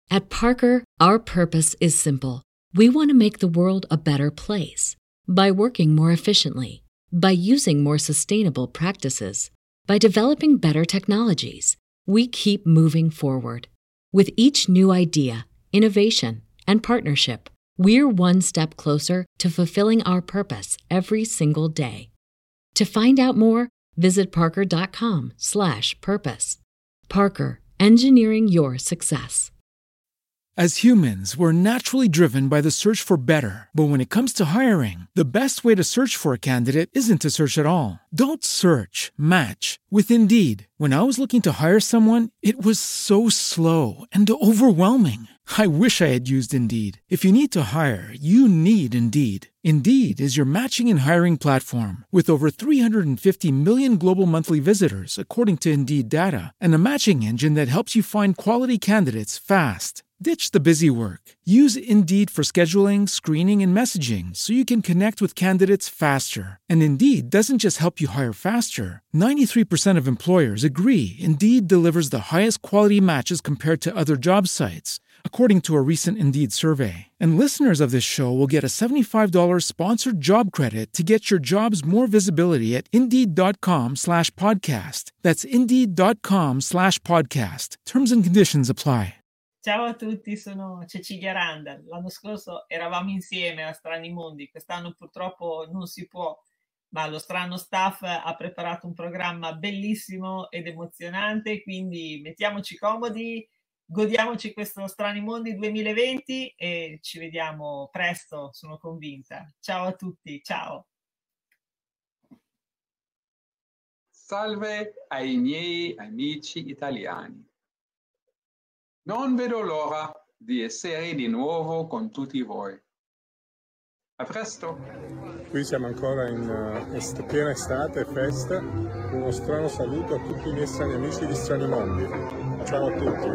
At Parker, our purpose is simple. We want to make the world a better place by working more efficiently, by using more sustainable practices, by developing better technologies. We keep moving forward. With each new idea, innovation, and partnership, we're one step closer to fulfilling our purpose every single day. To find out more, visit parker.com/purpose. Parker, engineering your success. As humans, we're naturally driven by the search for better. But when it comes to hiring, the best way to search for a candidate isn't to search at all. Don't search, match with Indeed. When I was looking to hire someone, it was so slow and overwhelming. I wish I had used Indeed. If you need to hire, you need Indeed. Indeed is your matching and hiring platform with over 350 million global monthly visitors, according to Indeed data, and a matching engine that helps you find quality candidates fast. Ditch the busy work. Use Indeed for scheduling, screening, and messaging so you can connect with candidates faster. And Indeed doesn't just help you hire faster. 93% of employers agree Indeed delivers the highest quality matches compared to other job sites, according to a recent Indeed survey. And listeners of this show will get a $75 sponsored job credit to get your jobs more visibility at Indeed.com/podcast. That's Indeed.com/podcast. Terms and conditions apply. Ciao a tutti, sono Cecilia Randall. L'anno scorso eravamo insieme a Strani Mondi, quest'anno purtroppo non si può, ma lo strano staff ha preparato un programma bellissimo ed emozionante, quindi mettiamoci comodi, godiamoci questo Strani Mondi 2020 e ci vediamo presto, sono convinta. Ciao a tutti, ciao. Salve ai miei amici italiani. Non vedo l'ora di essere di nuovo con tutti voi. A presto! Qui siamo ancora in piena estate, festa. Uno strano saluto a tutti i miei strani amici di Strani Mondi. Ciao a tutti.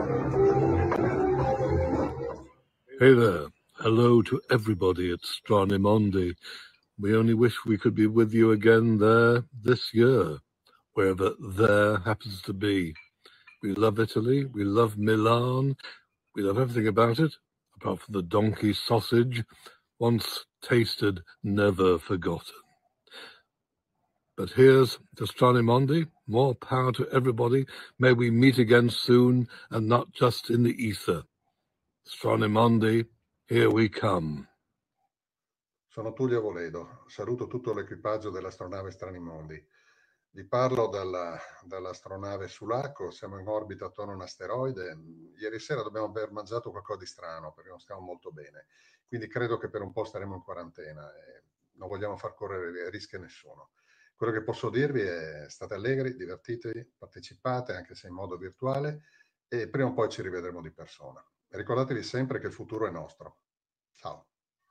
Hey there. Hello to everybody at Strani Mondi. We only wish we could be with you again there this year, wherever there happens to be. We love Italy, we love Milan, we love everything about it, apart from the donkey sausage, once tasted, never forgotten. But here's to Strani Mondi, more power to everybody, may we meet again soon, and not just in the ether. Strani Mondi, here we come. Sono Tullio Voledo, saluto tutto l'equipaggio dell'astronave Strani Mondi. Vi parlo dall'astronave Sulaco, siamo in orbita attorno a un asteroide. Ieri sera dobbiamo aver mangiato qualcosa di strano perché non stiamo molto bene, quindi credo che per un po' staremo in quarantena e non vogliamo far correre rischi a nessuno. Quello che posso dirvi è: state allegri, divertitevi, partecipate anche se in modo virtuale e prima o poi ci rivedremo di persona. E ricordatevi sempre che il futuro è nostro. Ciao.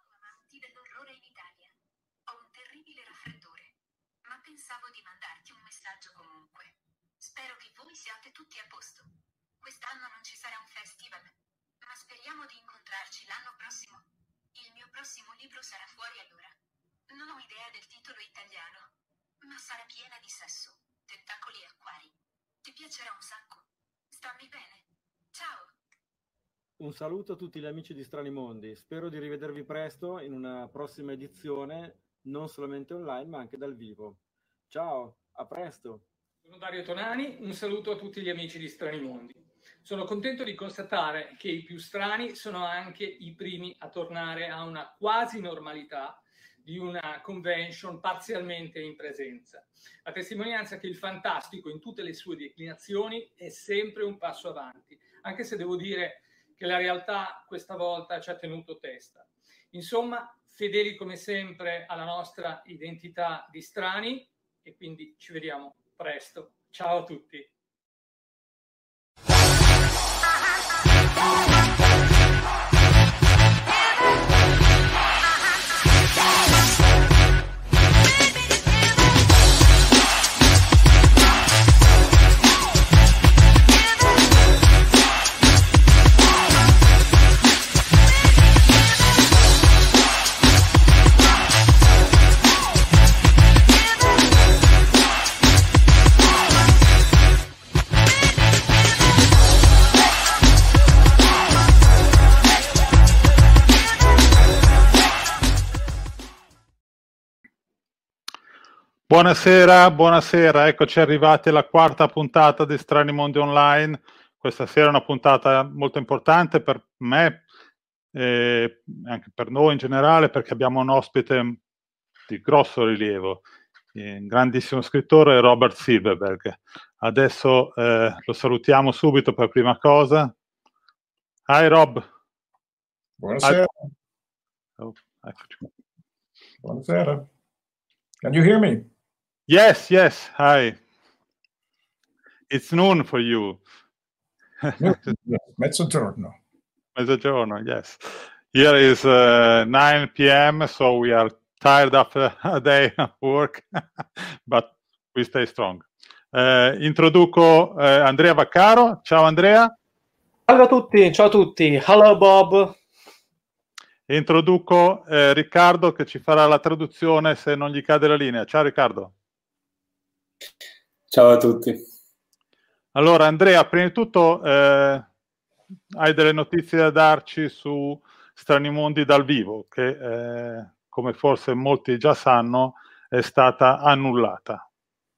Pensavo di mandarti un messaggio comunque. Spero che voi siate tutti a posto. Quest'anno non ci sarà un festival, ma speriamo di incontrarci l'anno prossimo. Il mio prossimo libro sarà fuori allora. Non ho idea del titolo italiano, ma sarà piena di sesso, tentacoli e acquari. Ti piacerà un sacco. Stammi bene. Ciao. Un saluto a tutti gli amici di Strani Mondi. Spero di rivedervi presto in una prossima edizione, non solamente online, ma anche dal vivo. Ciao, a presto. Sono Dario Tonani, un saluto a tutti gli amici di Strani Mondi. Sono contento di constatare che i più strani sono anche i primi a tornare a una quasi normalità di una convention parzialmente in presenza. La testimonianza che il fantastico in tutte le sue declinazioni è sempre un passo avanti, anche se devo dire che la realtà questa volta ci ha tenuto testa. Insomma, fedeli come sempre alla nostra identità di strani, e quindi ci vediamo presto. Ciao a tutti. Buonasera, eccoci arrivati alla quarta puntata di Strani Mondi Online. Questa sera è una puntata molto importante per me e anche per noi in generale, perché abbiamo un ospite di grosso rilievo, un grandissimo scrittore, Robert Silverberg. Adesso lo salutiamo subito per prima cosa. Hi Rob. Buonasera. Oh, eccoci. Buonasera. Can you hear me? Yes, hi. It's noon for you. Mezzogiorno. Mezzogiorno, yes. Here is 9 p.m., so we are tired after a day of work, but we stay strong. Introduco Andrea Vaccaro. Ciao Andrea. Ciao a tutti. Hello Bob. Introduco Riccardo che ci farà la traduzione se non gli cade la linea. Ciao Riccardo. Ciao a tutti. Allora Andrea, prima di tutto hai delle notizie da darci su Strani Mondi dal vivo che come forse molti già sanno è stata annullata.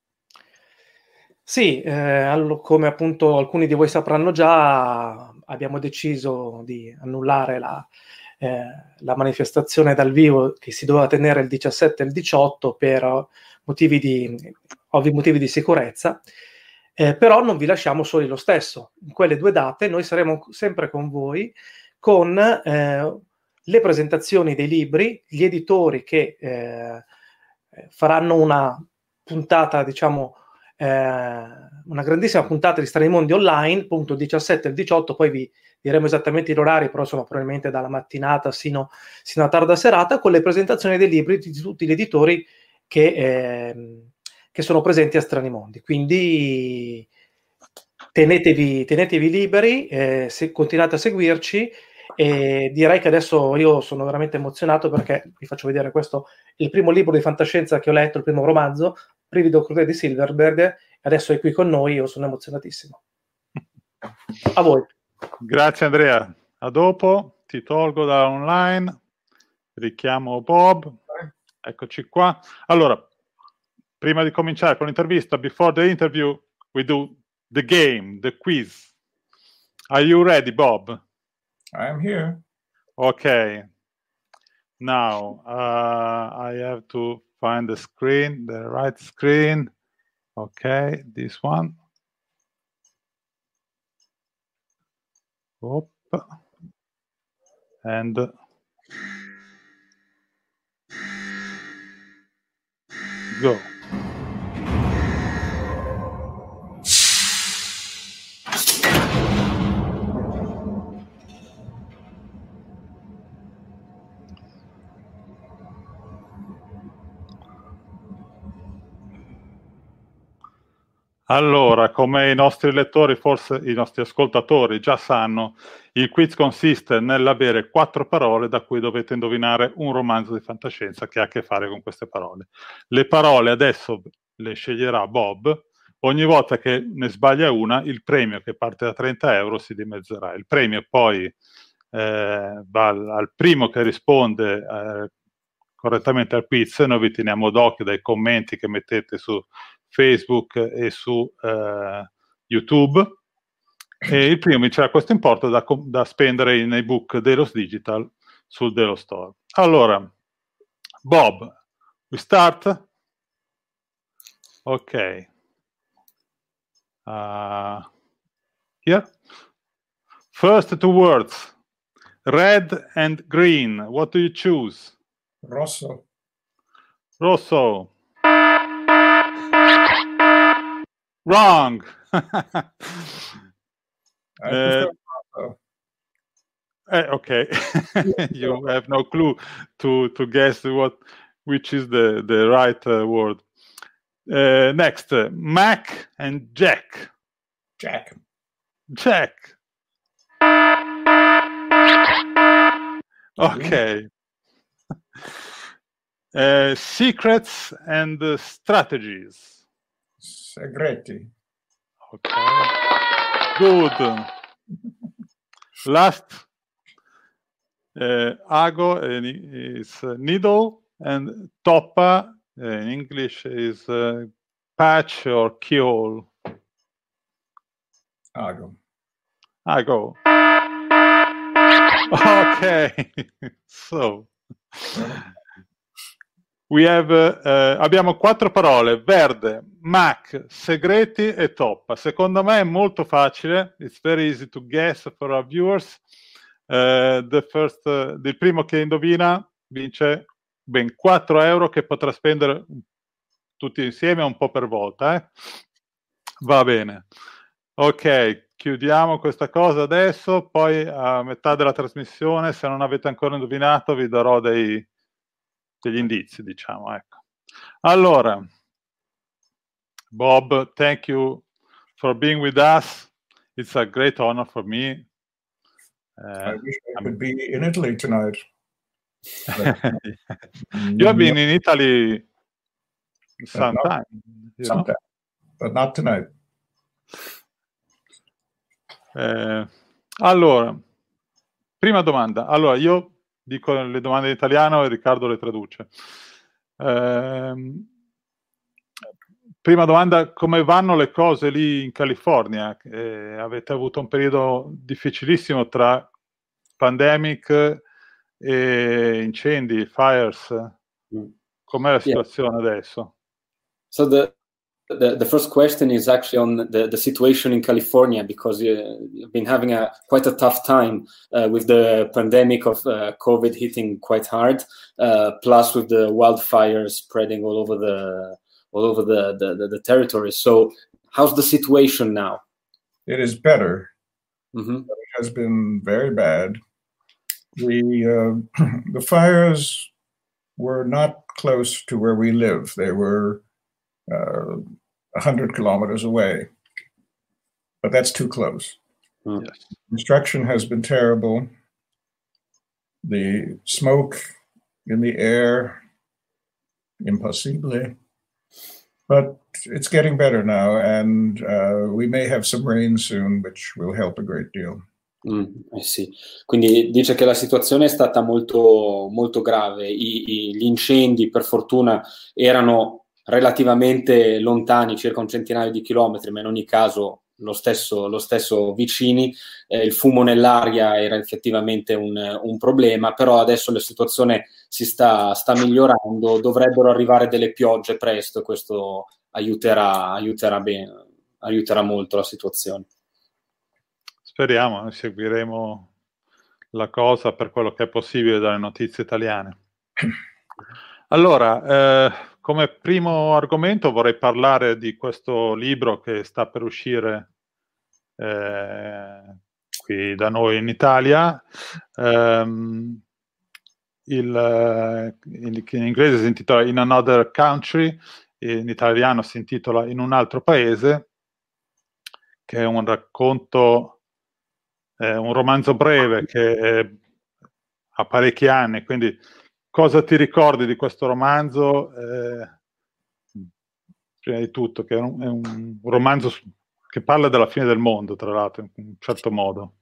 Sì, come appunto alcuni di voi sapranno già, abbiamo deciso di annullare la manifestazione dal vivo che si doveva tenere il 17 e il 18 per ovvi motivi di sicurezza, però non vi lasciamo soli lo stesso. In quelle due date noi saremo sempre con voi con le presentazioni dei libri, gli editori che faranno una puntata, diciamo, una grandissima puntata di Strani Mondi Online, appunto il 17 e il 18, poi vi diremo esattamente gli orari, però sono probabilmente dalla mattinata sino a tarda serata, con le presentazioni dei libri di tutti gli editori che sono presenti a Strani Mondi. Quindi tenetevi liberi, continuate a seguirci, e direi che adesso io sono veramente emozionato perché vi faccio vedere questo, il primo libro di fantascienza che ho letto, il primo romanzo, Brivido Crudele di Silverberg, adesso è qui con noi, io sono emozionatissimo. A voi. Grazie Andrea, a dopo, ti tolgo da online, richiamo Bob, eccoci qua. Allora, prima di cominciare con l'intervista, before the interview, we do the game, the quiz. Are you ready, Bob? I am here. Okay. Now, I have to find the screen, the right screen. Okay, this one. Oop. And go. Allora, come i nostri lettori, forse i nostri ascoltatori già sanno, il quiz consiste nell'avere 4 parole da cui dovete indovinare un romanzo di fantascienza che ha a che fare con queste parole. Le parole adesso le sceglierà Bob. Ogni volta che ne sbaglia una, il premio che parte da 30 euro si dimezzerà. Il premio poi va al primo che risponde correttamente al quiz. Noi vi teniamo d'occhio dai commenti che mettete su Facebook e su YouTube, e il primo vincerà questo importo da spendere in ebook Delos Digital sul Delos Store. Allora, Bob, we start? Ok. Here. First 2 words. Red and green. What do you choose? Rosso. Rosso. Wrong. Okay. You have no clue to guess which is the right word. Next, Mac and Jack. Jack. Okay. Secrets and strategies. Segreti. Okay. Good. Last, Ago is needle and Toppa in English is patch or keyhole. Ago. Ago. Okay, so we have, abbiamo 4 parole: verde, Mac, segreti e toppa. Secondo me è molto facile. It's very easy to guess for our viewers. Il primo che indovina vince ben 4 euro che potrà spendere tutti insieme un po' per volta. Va bene. Ok, chiudiamo questa cosa adesso, poi a metà della trasmissione, se non avete ancora indovinato, vi darò degli indizi, diciamo, ecco. Allora, Bob, thank you for being with us. It's a great honor for me. I wish I could be in Italy tonight. You have been in Italy sometime, sometime, but not tonight. Allora, prima domanda. Allora, io dico le domande in italiano e Riccardo le traduce. Prima domanda: come vanno le cose lì in California? Avete avuto un periodo difficilissimo tra pandemic e incendi, fires. Com'è la situazione adesso? So the first question is actually on the situation in California, because you've been having quite a tough time with the pandemic of COVID hitting quite hard, plus with the wildfires spreading all over the territory. So how's the situation now? It is better. It has been very bad. The fires were not close to where we live. They were 100 kilometers away, but that's too close. Yes. Construction has been terrible. The smoke in the air, impossibile. But it's getting better now, and we may have some rain soon, which will help a great deal. Sì. Quindi dice che la situazione è stata molto, molto grave. Gli incendi, per fortuna, erano relativamente lontani, circa un centinaio di chilometri, ma in ogni caso lo stesso vicini. Il fumo nell'aria era effettivamente un problema, però adesso la situazione si sta migliorando, dovrebbero arrivare delle piogge presto e questo aiuterà molto la situazione. Speriamo, seguiremo la cosa per quello che è possibile dalle notizie italiane. Allora, come primo argomento vorrei parlare di questo libro che sta per uscire qui da noi in Italia. In inglese si intitola In Another Country, in italiano si intitola In un altro paese, che è un racconto, un romanzo breve che ha parecchi anni, quindi cosa ti ricordi di questo romanzo? Prima di tutto, che è un romanzo che parla della fine del mondo, tra l'altro, in un certo modo.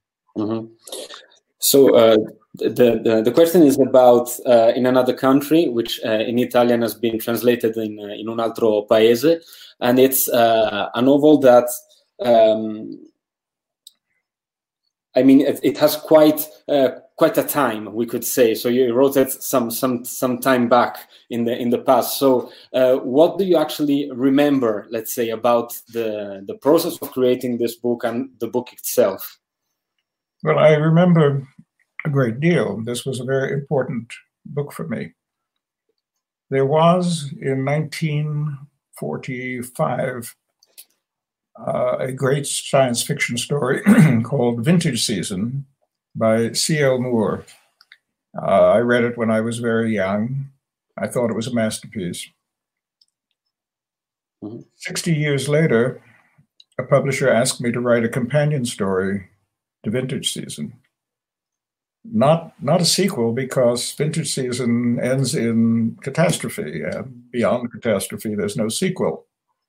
So the question is about In Another Country, which in Italian has been translated in un altro paese, and it's a novel that I mean, it has quite a time, we could say. So you wrote it some time back in the past. So what do you actually remember, let's say, about the process of creating this book and the book itself? Well, I remember a great deal. This was a very important book for me. There was, in 1945, a great science fiction story called Vintage Season by C.L. Moore. I read it when I was very young. I thought it was a masterpiece. 60 years later, a publisher asked me to write a companion story to Vintage Season. Not a sequel, because Vintage Season ends in catastrophe, and beyond catastrophe, there's no sequel.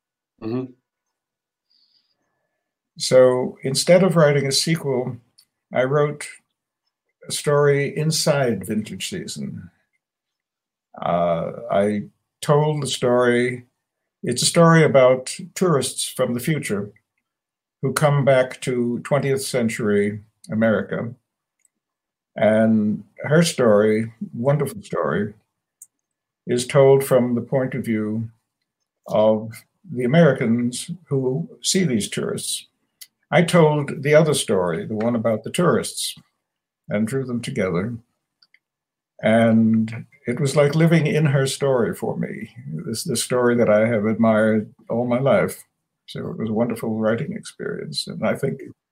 So instead of writing a sequel, I wrote a story inside Vintage Season. I told the story. It's a story about tourists from the future who come back to 20th century America. And her story, wonderful story, is told from the point of view of the Americans who see these tourists. I told the other story, the one about the tourists, and drew them together. And it was like living in her story for me, this story that I have admired all my life. So it was a wonderful writing experience. And I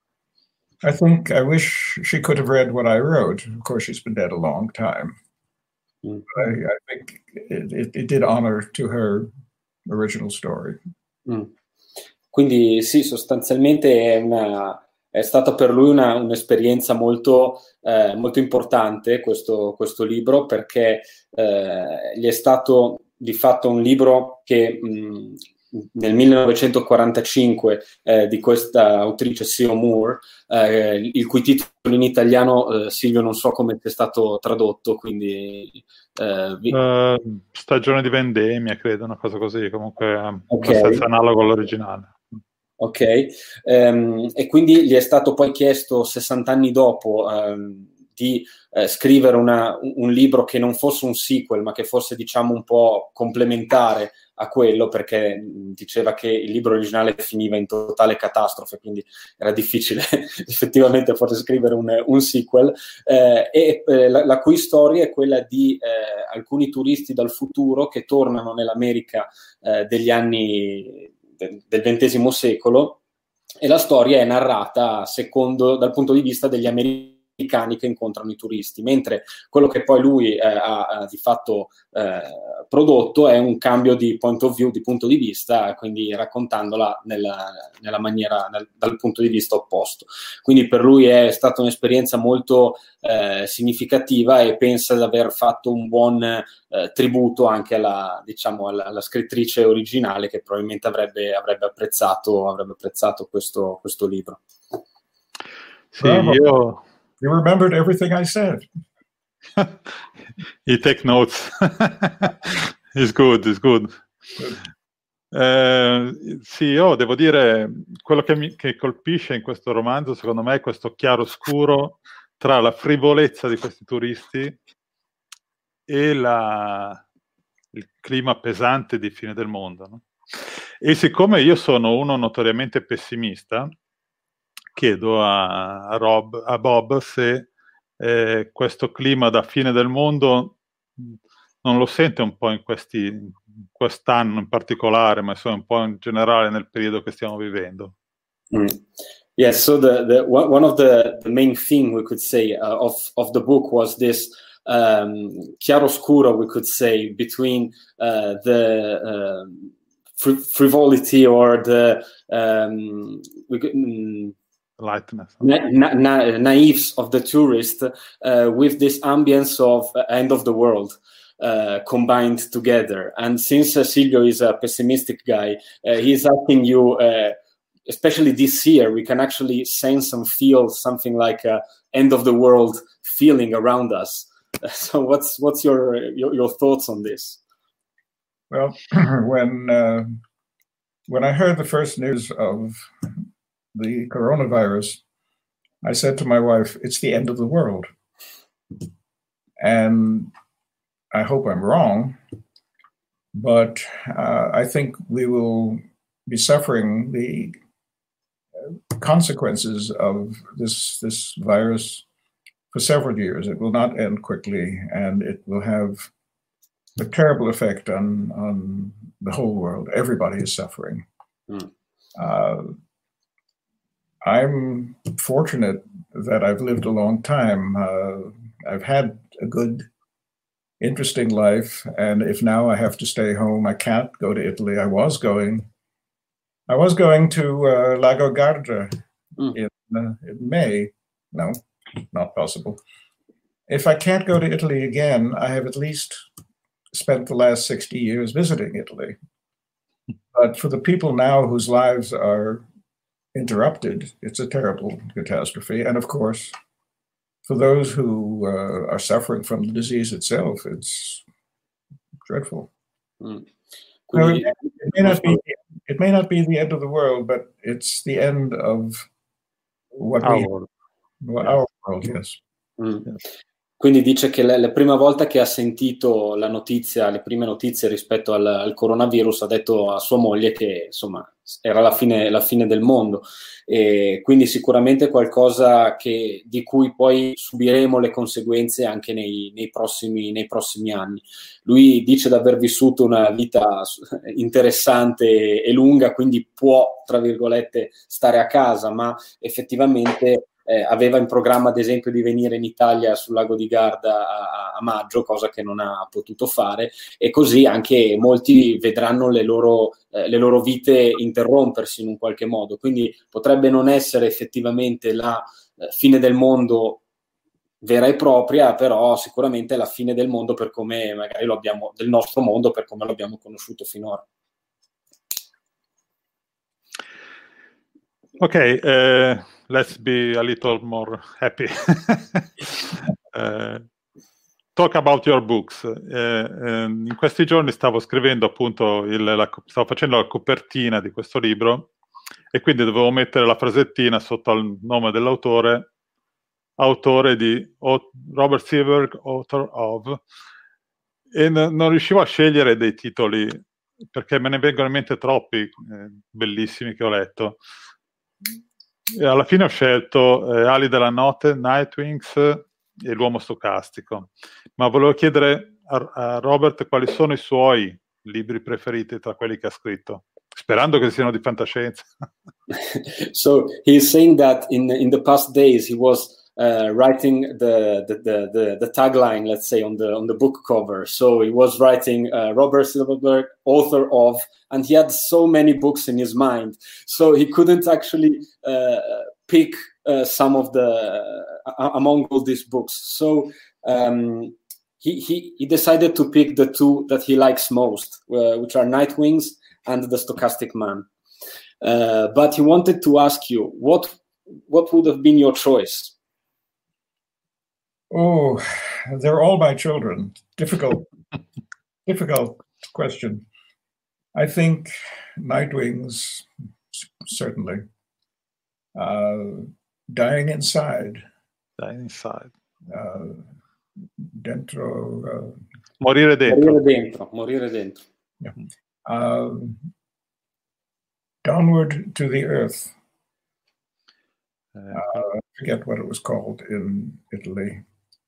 wish she could have read what I wrote. Of course, she's been dead a long time. But I think it did honor to her original story. Quindi sì, sostanzialmente è stata per lui un'esperienza molto, molto importante questo libro, perché gli è stato di fatto un libro che nel 1945 di questa autrice C.O. Moore, il cui titolo in italiano, Silvio, non so come è stato tradotto, quindi Stagione di vendemmia, credo, una cosa così, comunque abbastanza analogo all'originale. Ok, e quindi gli è stato poi chiesto 60 anni dopo di scrivere un libro che non fosse un sequel, ma che fosse, diciamo, un po' complementare a quello, perché diceva che il libro originale finiva in totale catastrofe, quindi era difficile effettivamente forse scrivere un sequel, la cui storia è quella di alcuni turisti dal futuro che tornano nell'America degli anni del XX secolo, e la storia è narrata dal punto di vista degli americani che incontrano i turisti, mentre quello che poi lui ha di fatto prodotto è un cambio di point of view, di punto di vista, quindi raccontandola nella maniera, dal punto di vista opposto. Quindi per lui è stata un'esperienza molto significativa, e pensa di aver fatto un buon tributo anche alla scrittrice originale, che probabilmente avrebbe apprezzato questo libro. Sì, io... You remembered everything I said. You take notes. It's good. Sì, io devo dire, quello che colpisce in questo romanzo, secondo me, è questo chiaroscuro tra la frivolezza di questi turisti e il clima pesante di Fine del Mondo, no? E siccome io sono uno notoriamente pessimista, chiedo a Bob se questo clima da fine del mondo non lo sente un po' in quest'anno in particolare, ma insomma un po' in generale nel periodo che stiamo vivendo. Yes, so one of the main thing we could say of the book was this chiaroscuro, we could say, between the frivolity or the lightness, naives of the tourist, with this ambience of end of the world combined together. And since Silvio is a pessimistic guy, he's asking you, especially this year, we can actually sense and feel something like a end of the world feeling around us. So what's your thoughts on this? Well, when I heard the first news of the coronavirus, I said to my wife, it's the end of the world. And I hope I'm wrong, but I think we will be suffering the consequences of this virus for several years. It will not end quickly, and it will have a terrible effect on the whole world. Everybody is suffering. I'm fortunate that I've lived a long time. I've had a good, interesting life, and if now I have to stay home, I can't go to Italy. I was going to Lago Garda in May. No, not possible. If I can't go to Italy again, I have at least spent the last 60 years visiting Italy. But for the people now whose lives are interrupted, it's a terrible catastrophe. And of course, for those who are suffering from the disease itself, it's dreadful. Quindi, it may not be the end of the world, but it's the end of what our world, yes. Quindi dice che la prima volta che ha sentito la notizia, le prime notizie rispetto al coronavirus, ha detto a sua moglie che insomma era la fine del mondo, e quindi sicuramente qualcosa di cui poi subiremo le conseguenze anche nei prossimi anni. Lui dice di aver vissuto una vita interessante e lunga, quindi può, tra virgolette, stare a casa, ma effettivamente aveva in programma, ad esempio, di venire in Italia sul lago di Garda a maggio, cosa che non ha potuto fare, e così anche molti vedranno le loro vite interrompersi in un qualche modo. Quindi potrebbe non essere effettivamente la fine del mondo vera e propria, però sicuramente è la fine del mondo per come magari del nostro mondo per come l'abbiamo conosciuto finora. Ok, let's be a little more happy. Talk about your books. In questi giorni stavo scrivendo appunto, stavo facendo la copertina di questo libro e quindi dovevo mettere la frasettina sotto il nome dell'autore, autore di Robert Silverberg, author of, e non riuscivo a scegliere dei titoli perché me ne vengono in mente troppi bellissimi che ho letto. E alla fine ho scelto Ali della notte, Nightwings e L'uomo stocastico, ma volevo chiedere a Robert quali sono i suoi libri preferiti tra quelli che ha scritto, sperando che siano di fantascienza. So he's saying that in the past days he was writing the tagline, let's say, on the book cover. So he was writing Robert Silverberg, author of, and he had so many books in his mind, so he couldn't actually pick some of among all these books. So he decided to pick the two that he likes most, which are Nightwings and The Stochastic Man. But he wanted to ask you, what would have been your choice? Oh, they're all my children. Difficult question. I think Nightwings, certainly. Dying Inside. Dying Inside. Dentro. Morire dentro. Morire dentro. Yeah. Downward to the Earth. I forget what it was called in Italy.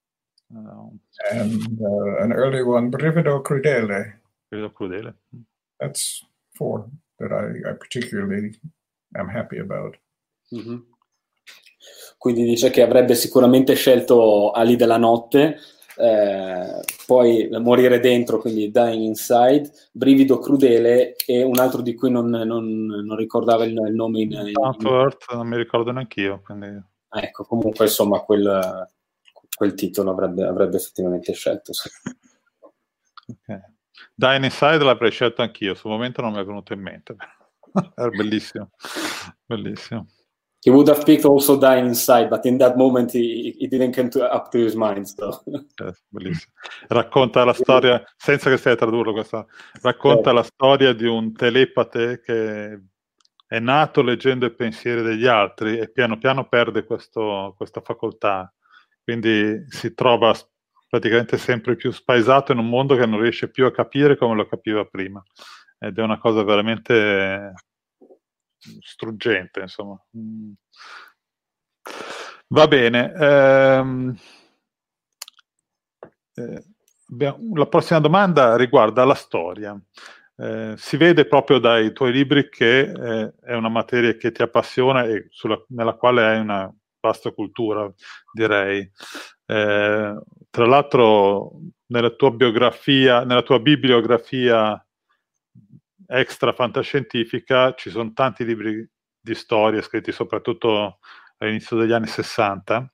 And an early one, Brivido Crudele. Brivido Crudele. That's 4 that I particularly am happy about. Mm-hmm. Quindi dice che avrebbe sicuramente scelto Ali della notte, poi Morire dentro, quindi Dying Inside, Brivido Crudele e un altro di cui non ricordava il nome non mi ricordo neanch'io, quindi... Ecco, comunque insomma quel titolo avrebbe effettivamente scelto, sì. Okay. Dying Inside l'avrei scelto anch'io, sul momento non mi è venuto in mente. Era bellissimo. He would have picked also Dying Inside, but in that moment he didn't come up to his mind. So. Bellissimo. Racconta la storia, senza che stia a tradurlo questa, racconta la storia di un telepate che è nato leggendo i pensieri degli altri e piano piano perde questa facoltà. Quindi si trova praticamente sempre più spaesato in un mondo che non riesce più a capire come lo capiva prima. Ed è una cosa veramente... struggente, insomma. Va bene. La prossima domanda riguarda la storia. Si vede proprio dai tuoi libri che è una materia che ti appassiona e nella quale hai una vasta cultura, direi. Tra l'altro nella tua bibliografia extra fantascientifica ci sono tanti libri di storia scritti soprattutto all'inizio degli anni 60,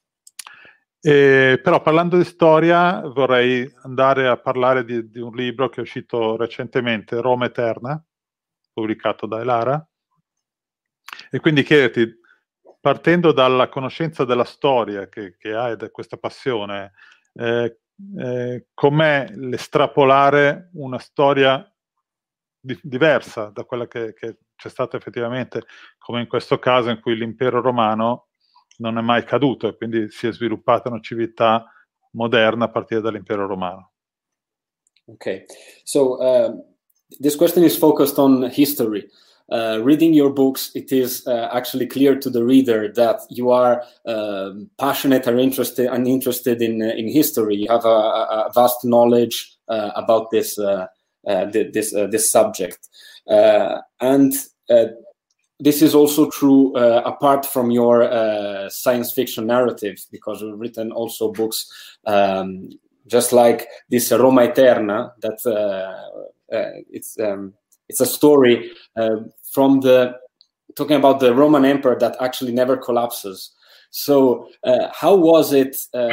però parlando di storia vorrei andare a parlare di un libro che è uscito recentemente, Roma Eterna, pubblicato da Elara, e quindi chiederti, partendo dalla conoscenza della storia che hai, da questa passione, com'è l'estrapolare una storia diversa da quella che c'è stata effettivamente, come in questo caso in cui l'impero romano non è mai caduto e quindi si è sviluppata una civiltà moderna a partire dall'impero romano. Okay, so this question is focused on history. Reading your books, it is actually clear to the reader that you are passionate or interested in history. You have a vast knowledge about this subject, and this is also true apart from your science fiction narratives, because you've written also books just like this Roma Eterna, that it's a story from talking about the Roman Empire that actually never collapses. So how was it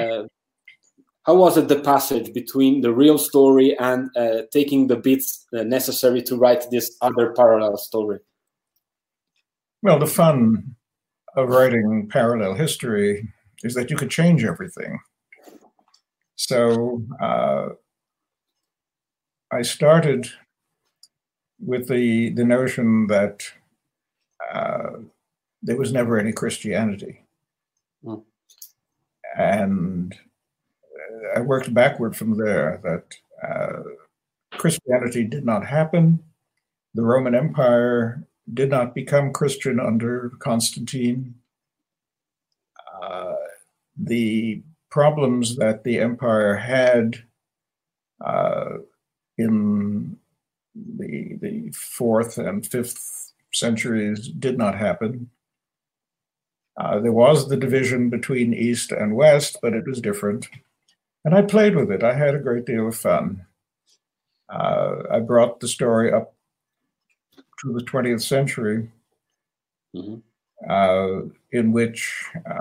the passage between the real story and taking the bits necessary to write this other parallel story? Well, the fun of writing parallel history is that you could change everything. So I started with the notion that there was never any Christianity. Mm. And I worked backward from there, that Christianity did not happen. The Roman Empire did not become Christian under Constantine. The problems that the empire had in the 4th and 5th centuries did not happen. There was the division between East and West, but it was different. And I played with it. I had a great deal of fun. I brought the story up to the 20th century, in which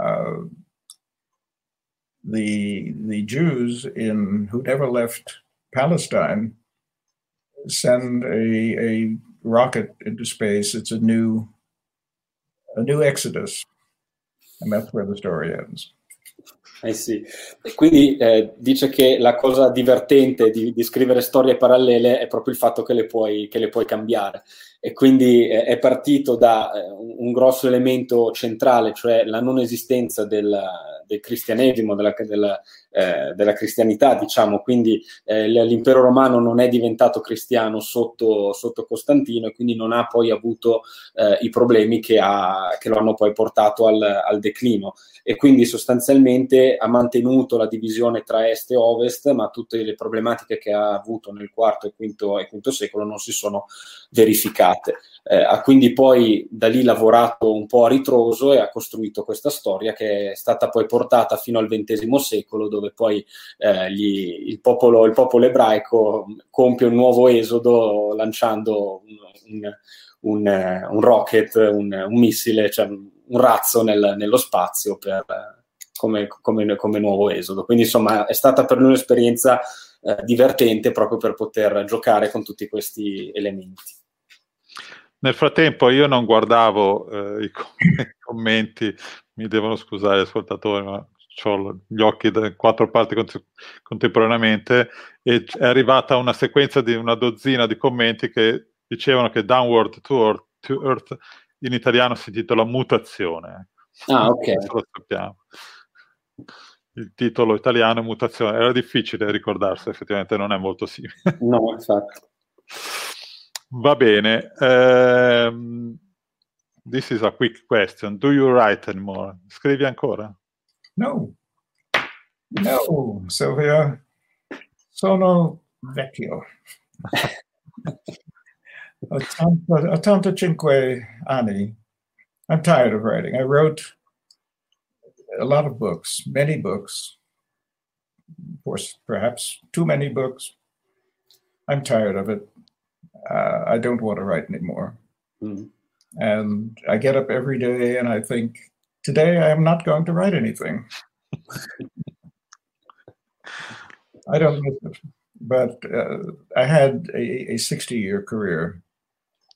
the Jews who never left Palestine send a rocket into space. It's a new exodus, and that's where the story ends. Sì. E quindi dice che la cosa divertente di scrivere storie parallele è proprio il fatto che le puoi cambiare, e quindi è partito da un grosso elemento centrale, cioè la non esistenza del cristianesimo, della cristianità, diciamo. Quindi l'impero romano non è diventato cristiano sotto Costantino, e quindi non ha poi avuto i problemi che lo hanno poi portato al declino, e quindi sostanzialmente ha mantenuto la divisione tra est e ovest, ma tutte le problematiche che ha avuto nel IV e V secolo non si sono verificate. Ha quindi poi da lì lavorato un po' a ritroso e ha costruito questa storia, che è stata poi portata fino al XX secolo, dove poi il popolo ebraico compie un nuovo esodo lanciando un rocket, un missile, cioè un razzo nello spazio come nuovo esodo. Quindi insomma è stata per lui un'esperienza divertente, proprio per poter giocare con tutti questi elementi. Nel frattempo io non guardavo i commenti, mi devono scusare gli ascoltatori, ma ho gli occhi da 4 parti contemporaneamente, e è arrivata una sequenza di una dozzina di commenti che dicevano che Downward to Earth in italiano si intitola Mutazione. Ah, ok. Lo sappiamo. Il titolo italiano è Mutazione. Era difficile ricordarsi, effettivamente non è molto simile. No, infatti. Va bene. This is a quick question. Do you write anymore? Scrivi ancora? No, Silvia. Sono vecchio. 85 anni. I'm tired of writing. I wrote a lot of books, many books. Of course, perhaps too many books. I'm tired of it. I don't want to write anymore. Mm. And I get up every day and I think, today I am not going to write anything. I don't miss it. But I had a 60-year career.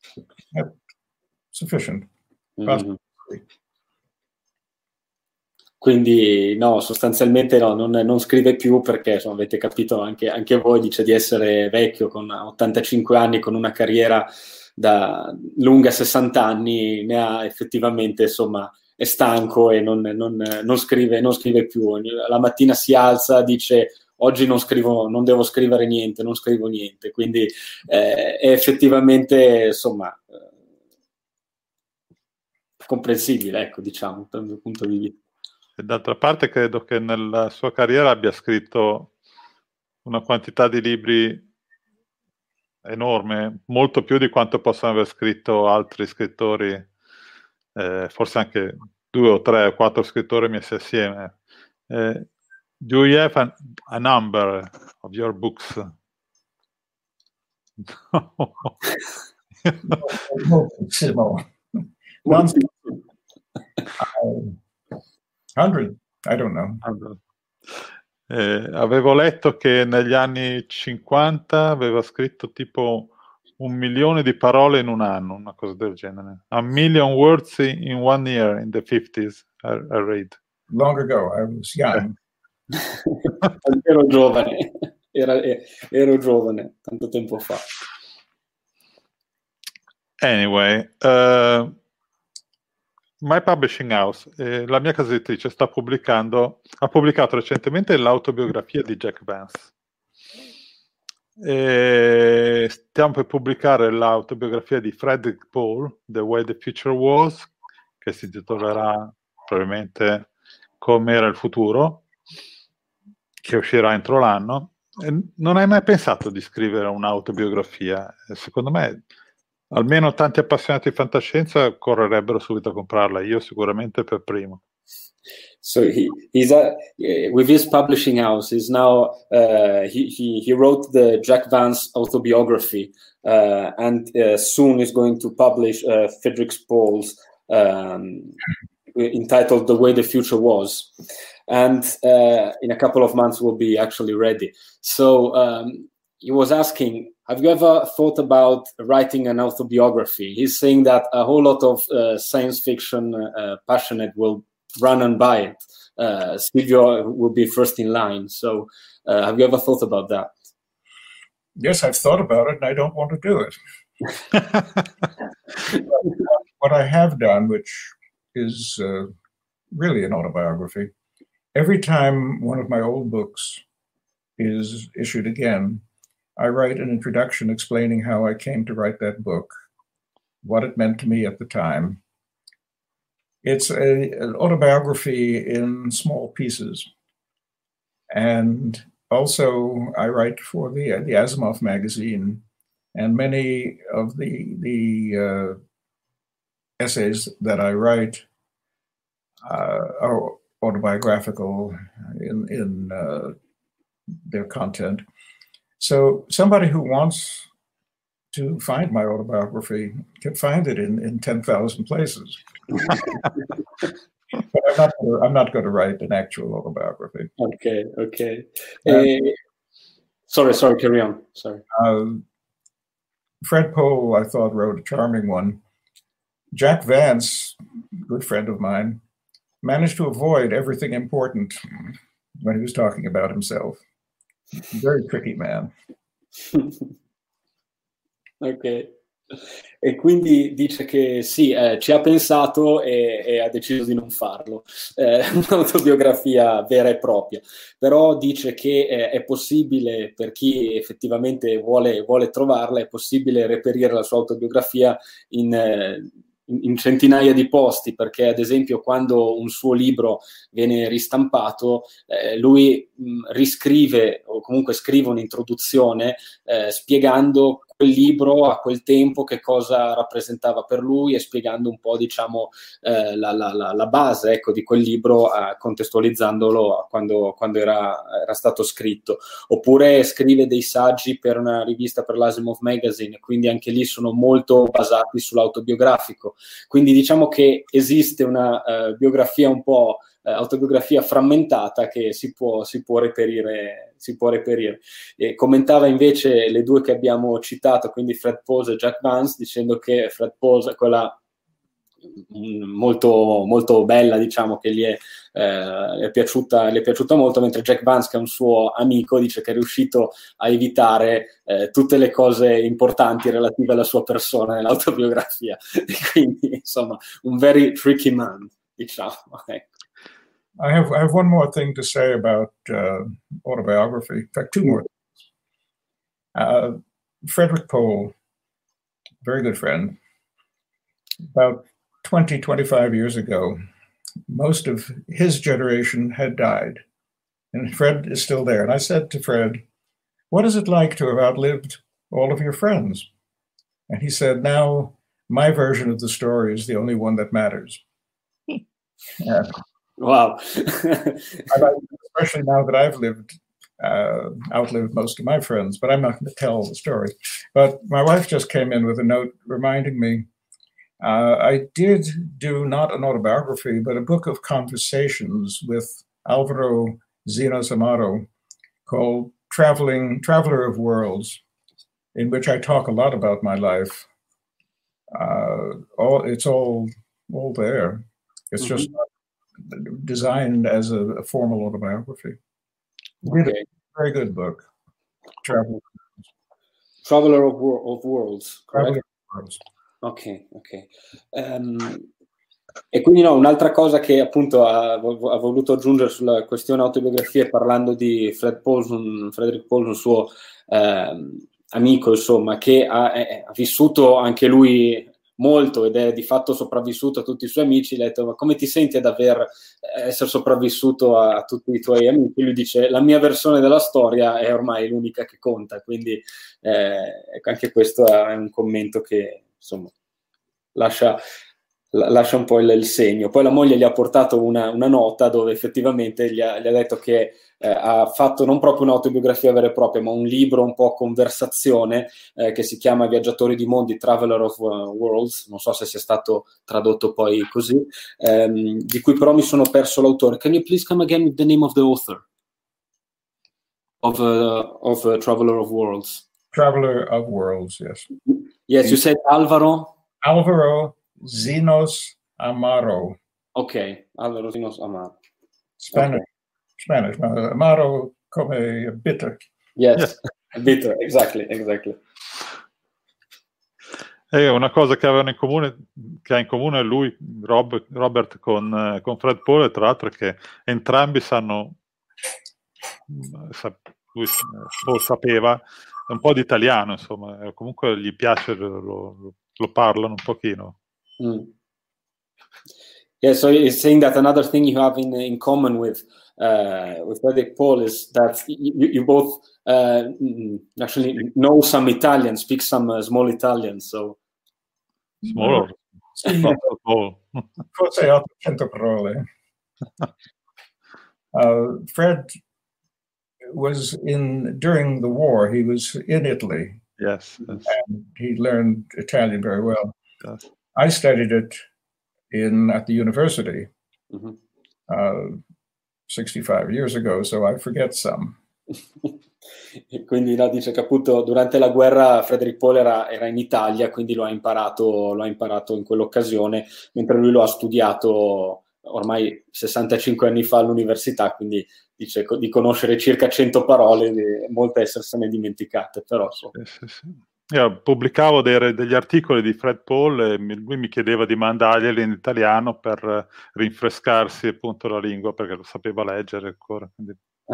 Sufficient. Mm-hmm. Quindi no, sostanzialmente no, non scrive più perché insomma, avete capito anche voi, dice di essere vecchio con 85 anni, con una carriera da lunga 60 anni, ne ha effettivamente, insomma, è stanco e non scrive più. La mattina si alza, dice oggi non devo scrivere niente, non scrivo niente, quindi è effettivamente, insomma, comprensibile, ecco, diciamo, dal mio punto di vista. E d'altra parte credo che nella sua carriera abbia scritto una quantità di libri enorme, molto più di quanto possano aver scritto altri scrittori, forse anche 2 o 3 o 4 scrittori messi assieme. Do you have a number of your books? No. 100, I don't know. Avevo letto che negli anni 50 aveva scritto tipo 1 milione di parole in un anno, una cosa del genere. 1 million words in 1 year in the 50s, I read. Long ago, I was young. Ero giovane, ero giovane, tanto tempo fa. Anyway, My Publishing House, la mia casa editrice ha pubblicato recentemente l'autobiografia di Jack Vance. Stiamo per pubblicare l'autobiografia di Frederick Paul, The Way the Future Was, che si intitolerà probabilmente Come era il futuro, che uscirà entro l'anno. Non hai mai pensato di scrivere un'autobiografia? Secondo me almeno tanti appassionati di fantascienza correrebbero subito a comprarla, io sicuramente per primo. So he's with his publishing house. He's now he wrote the Jack Vance autobiography, and soon is going to publish Frederick Paul's entitled "The Way the Future Was," and in a couple of months will be actually ready. So he was asking, have you ever thought about writing an autobiography? He's saying that a whole lot of science fiction passionate will run and buy it. Silvio will be first in line. So have you ever thought about that? Yes, I've thought about it, and I don't want to do it. What I have done, which is really an autobiography, every time one of my old books is issued again, I write an introduction explaining how I came to write that book, what it meant to me at the time. It's an autobiography in small pieces. And also I write for the Asimov magazine, and many of the essays that I write are autobiographical in their content. So somebody who wants to find my autobiography can find it in 10,000 places. But I'm not going to write an actual autobiography. Okay. Sorry, carry on. Sorry. Fred Pohl, I thought, wrote a charming one. Jack Vance, good friend of mine, managed to avoid everything important when he was talking about himself. Very tricky man. Ok. E quindi dice che sì, ci ha pensato e ha deciso di non farlo, un'autobiografia vera e propria, però dice che è possibile, per chi effettivamente vuole trovarla, è possibile reperire la sua autobiografia in centinaia di posti, perché ad esempio quando un suo libro viene ristampato, lui riscrive o comunque scrive un'introduzione spiegando quel libro a quel tempo che cosa rappresentava per lui e spiegando un po', diciamo, la base, ecco, di quel libro, contestualizzandolo a quando era stato scritto. Oppure scrive dei saggi per una rivista, per l'Asimov Magazine, quindi anche lì sono molto basati sull'autobiografico. Quindi diciamo che esiste una biografia un po' autobiografia frammentata che si può reperire. E commentava invece le due che abbiamo citato, quindi Fred Pohl e Jack Vance, dicendo che Fred Pohl è quella molto, molto bella, diciamo, che gli è piaciuta molto, mentre Jack Vance, che è un suo amico, dice che è riuscito a evitare tutte le cose importanti relative alla sua persona nell'autobiografia. E quindi, insomma, un very tricky man, diciamo. Ecco. I have one more thing to say about autobiography. In fact, two more things. Frederick Pohl, very good friend, about 20, 25 years ago, most of his generation had died, and Fred is still there. And I said to Fred, what is it like to have outlived all of your friends? And he said, now my version of the story is the only one that matters. Yeah. Wow. Especially now that I've outlived most of my friends, but I'm not going to tell the story. But my wife just came in with a note reminding me, I did do not an autobiography, but a book of conversations with Alvaro Zenos Amaro called Traveler of Worlds, in which I talk a lot about my life. It's all there. It's just not designed as a formal autobiography. Really, very good book. Traveler of Worlds. Traveler of Worlds. Ok. E quindi no, un'altra cosa che appunto ha voluto aggiungere sulla questione autobiografie, parlando di Frederick Paulson, un suo amico, insomma, che ha vissuto anche lui molto ed è di fatto sopravvissuto a tutti i suoi amici. Gli ha detto: ma come ti senti ad essere sopravvissuto a tutti i tuoi amici? Lui dice: la mia versione della storia è ormai l'unica che conta. Quindi anche questo è un commento che, insomma, lascia un po' il segno. Poi la moglie gli ha portato una nota dove effettivamente gli ha detto che ha fatto non proprio un'autobiografia vera e propria, ma un libro un po' conversazione che si chiama Viaggiatori di mondi, Traveler of Worlds, non so se sia stato tradotto poi così, di cui però mi sono perso l'autore. Can you please come again with the name of the author of Traveler of Worlds? Traveler of Worlds, yes. Yes, you said Alvaro Zenos Amaro. Okay, Alvaro Zenos Amaro. Spanish, Amaro come bitter. Yes, bitter, exactly. E una cosa che avevano in comune, che ha in comune lui, Robert, con Fred Paul, e tra l'altro è che entrambi lui Paul sapeva un po' di italiano, insomma, comunque gli piace, lo parlano un pochino. Yeah, so he's saying that another thing you have in common with Frederick Paul is that you both actually know some Italian, speak some small Italian. So small. Forse 800 parole. Fred was during the war. He was in Italy. Yes. And he learned Italian very well. Yes. I studied it at the university 65 years ago, so I forget some. Quindi no, dice che appunto durante la guerra Frederick Paul era in Italia, quindi lo ha imparato in quell'occasione, mentre lui lo ha studiato ormai 65 anni fa all'università, quindi dice di conoscere circa 100 parole, molte essersene dimenticate, però so. Sì. Io pubblicavo degli articoli di Fred Paul e lui mi chiedeva di mandarglieli in italiano per rinfrescarsi appunto la lingua, perché lo sapeva leggere ancora. Quindi...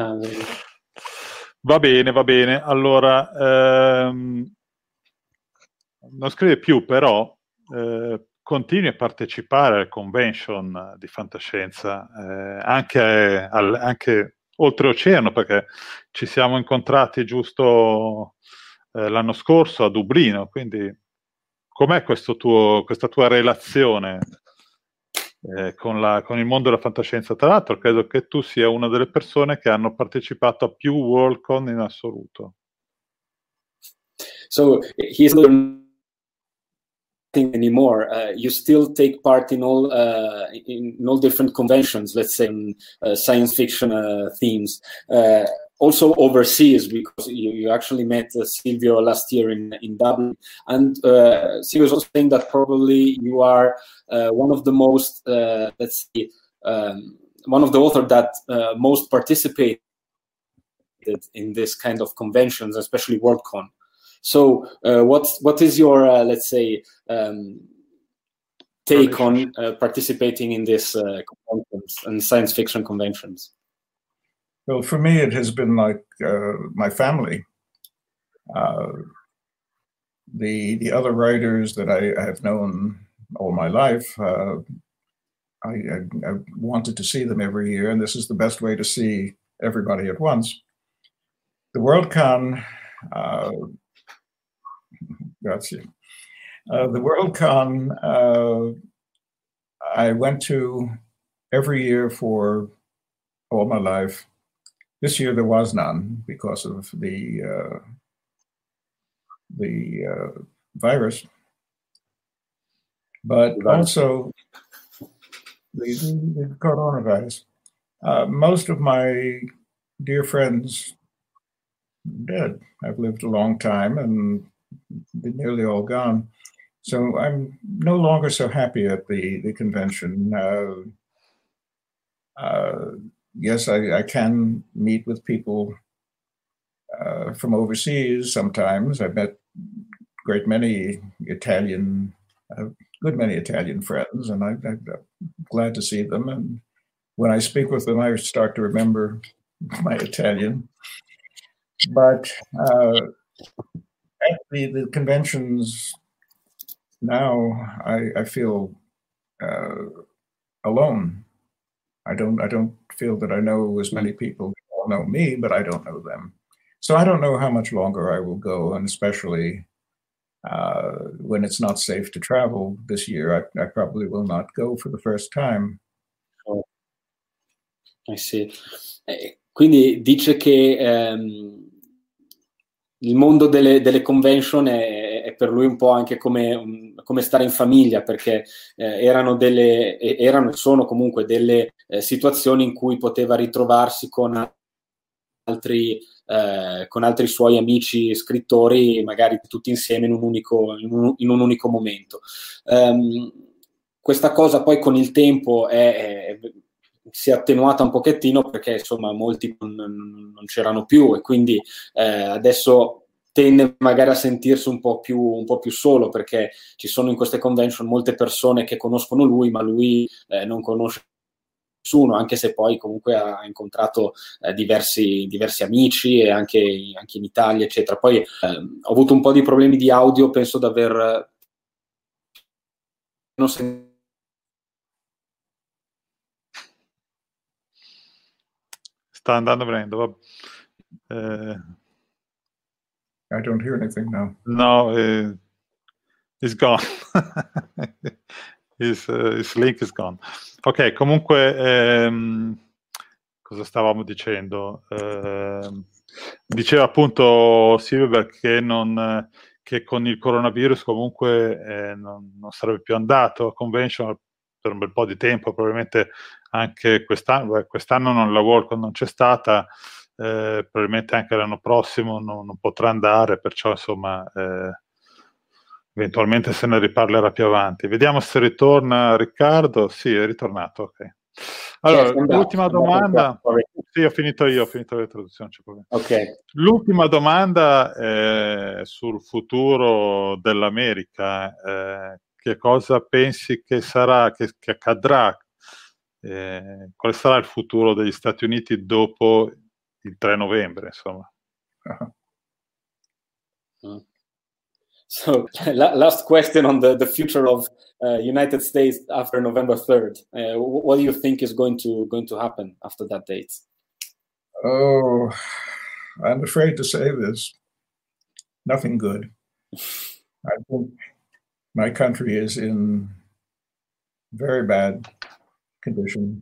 Va bene. Allora, non scrive più, però continui a partecipare alle convention di fantascienza, anche oltreoceano, perché ci siamo incontrati giusto l'anno scorso a Dublino, quindi com'è questa tua relazione con il mondo della fantascienza? Tra l'altro credo che tu sia una delle persone che hanno partecipato a più Worldcon in assoluto. So he's not anymore. You still take part in all different conventions, let's say science fiction themes. also overseas, because you actually met Silvio last year in Dublin, and Silvio was also saying that probably you are one of the most, let's see, one of the authors that most participated in this kind of conventions, especially Worldcon. So what is your, let's say, take on participating in this conventions and science fiction conventions? Well, for me, it has been like my family. The other writers that I have known all my life, I wanted to see them every year, and this is the best way to see everybody at once. The Worldcon, grazie. The Worldcon, I went to every year for all my life. This year there was none because of the virus, but also the coronavirus. Most of my dear friends are dead. I've lived a long time and they're nearly all gone. So I'm no longer so happy at the convention. Yes, I can meet with people from overseas sometimes. I've met a good many Italian friends, and I'm glad to see them. And when I speak with them, I start to remember my Italian. But at the conventions now, I feel alone. I don't feel that I know as many people who all know me, but I don't know them. So I don't know how much longer I will go, and especially when it's not safe to travel this year, I probably will not go for the first time. I see. Quindi dice che il mondo delle convention è per lui un po' anche come stare in famiglia, perché erano e sono comunque delle situazioni in cui poteva ritrovarsi con altri suoi amici scrittori, magari tutti insieme in un unico momento. Questa cosa poi con il tempo si è attenuata un pochettino, perché insomma molti non c'erano più, e quindi adesso tende magari a sentirsi un po' più solo, perché ci sono in queste convention molte persone che conoscono lui, ma lui non conosce nessuno, anche se poi comunque ha incontrato diversi amici, e anche in Italia, eccetera. Poi ho avuto un po' di problemi di audio, penso di aver Sta andando bene. I don't hear anything now. No, it's gone. His link is gone. Ok, comunque cosa stavamo dicendo? Diceva appunto Silver che con il coronavirus comunque non sarebbe più andato a convention per un bel po' di tempo, probabilmente anche quest'anno la Worldcon non c'è stata, probabilmente anche l'anno prossimo non potrà andare, perciò insomma eventualmente se ne riparlerà più avanti. Vediamo se ritorna Riccardo. Sì, è ritornato, ok. Allora, l'ultima domanda. Sì, ho finito la traduzione. Okay. L'ultima domanda è sul futuro dell'America. Che cosa pensi che sarà, che accadrà? Quale sarà il futuro degli Stati Uniti dopo il 3 novembre, insomma? So, last question on the future of United States after November 3rd. What do you think is going to happen after that date? Oh, I'm afraid to say this. Nothing good. I think my country is in very bad condition.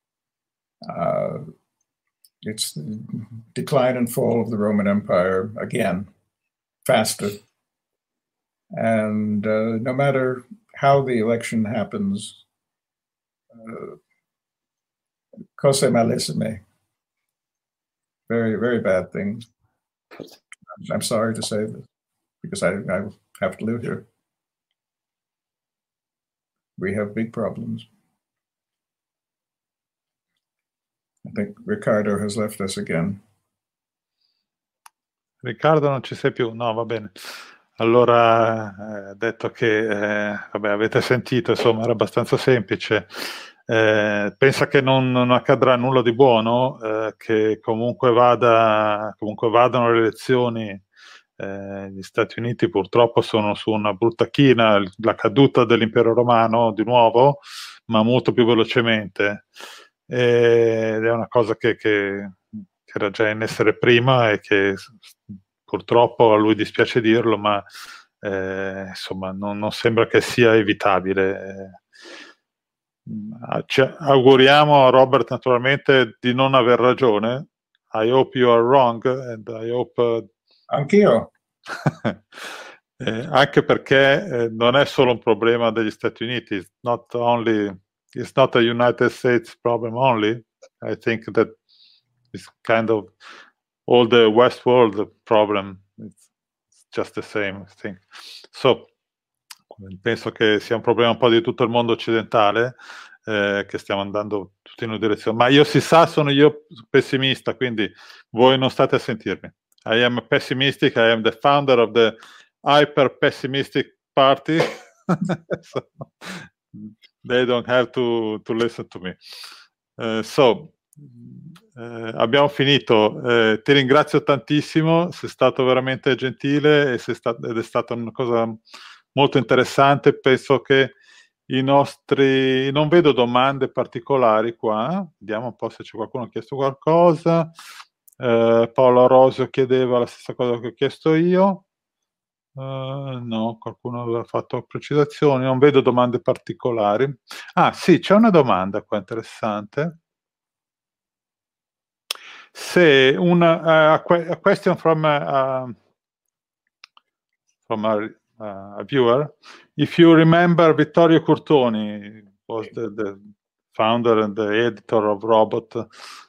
It's the decline and fall of the Roman Empire again, faster. And no matter how the election happens, cose malissime. very, very bad things. I'm sorry to say this because I have to live here. We have big problems. I think Riccardo has left us again. Riccardo, non ci sei più? No, va bene. Allora, detto che vabbè, avete sentito, insomma, era abbastanza semplice. Pensa che non accadrà nulla di buono, che comunque vadano le elezioni. Gli Stati Uniti purtroppo sono su una brutta china, la caduta dell'impero romano di nuovo, ma molto più velocemente. Ed è una cosa che era già in essere prima e che purtroppo a lui dispiace dirlo, ma insomma non sembra che sia evitabile. Ci auguriamo a Robert naturalmente di non aver ragione. I hope you are wrong and I hope anch'io. Anche perché non è solo un problema degli Stati Uniti, it's not a United States problem only. I think that it's kind of all the West world problem. It's just the same, I think. So penso che sia un problema un po' di tutto il mondo occidentale, che stiamo andando tutti in una direzione. Ma io si sa, sono io pessimista, quindi voi non state a sentirmi. I am pessimistic, I am the founder of the hyper pessimistic party. So, they don't have to listen to me. Abbiamo finito. Ti ringrazio tantissimo, sei stato veramente gentile ed è stata una cosa molto interessante. Penso che non vedo domande particolari qua, vediamo un po' se c'è qualcuno che ha chiesto qualcosa. Paolo Rosio chiedeva la stessa cosa che ho chiesto io. No, qualcuno aveva fatto precisazioni, non vedo domande particolari. Sì, c'è una domanda qua interessante. Se a question from a viewer, if you remember Vittorio Curtoni was the founder and the editor of Robot,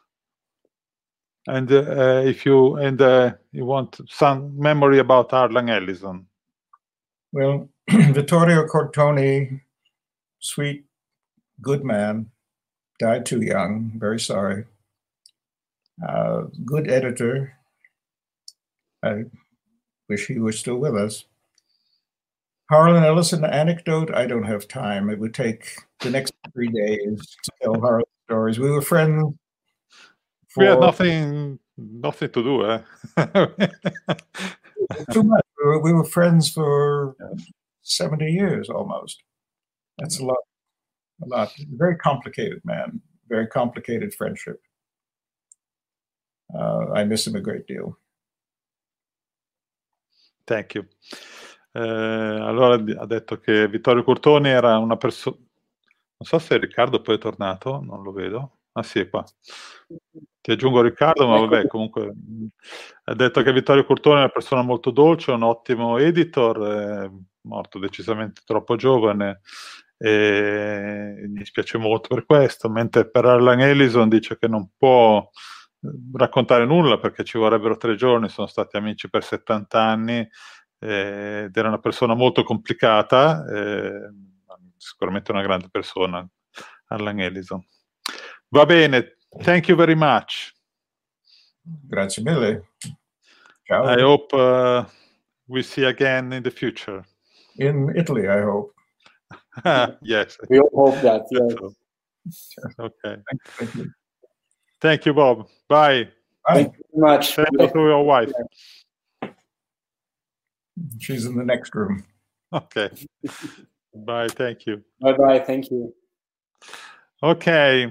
and if you want some memory about Harlan Ellison. Well, Vittorio Curtoni, sweet, good man, died too young. Very sorry. Good editor. I wish he was still with us. Harlan Ellison anecdote, I don't have time. It would take the next 3 days to tell Harlan stories. We were friends. We had nothing to do, eh? Too much. We were friends for 70 years almost. That's a lot. Very complicated man. Very complicated friendship. I miss him a great deal. Thank you. Allora ha detto che Vittorio Curtoni era una persona. Non so se Riccardo poi è tornato, non lo vedo. Sì, è qua. Ti aggiungo Riccardo, ma vabbè, comunque ha detto che Vittorio Curtoni è una persona molto dolce, un ottimo editor, è morto decisamente troppo giovane e mi dispiace molto per questo, mentre per Harlan Ellison dice che non può raccontare nulla perché ci vorrebbero 3 giorni, sono stati amici per 70 anni ed era una persona molto complicata, sicuramente una grande persona, Harlan Ellison. Va bene, thank you very much. Grazie mille. Ciao. I hope we see again in the future. In Italy, I hope. Yes. We all hope that, yes. Okay. Thank you. Thank you, Bob. Bye. Thank you very much. Thank you to your wife. She's in the next room. Okay. Bye, thank you. Bye, thank you. Ok.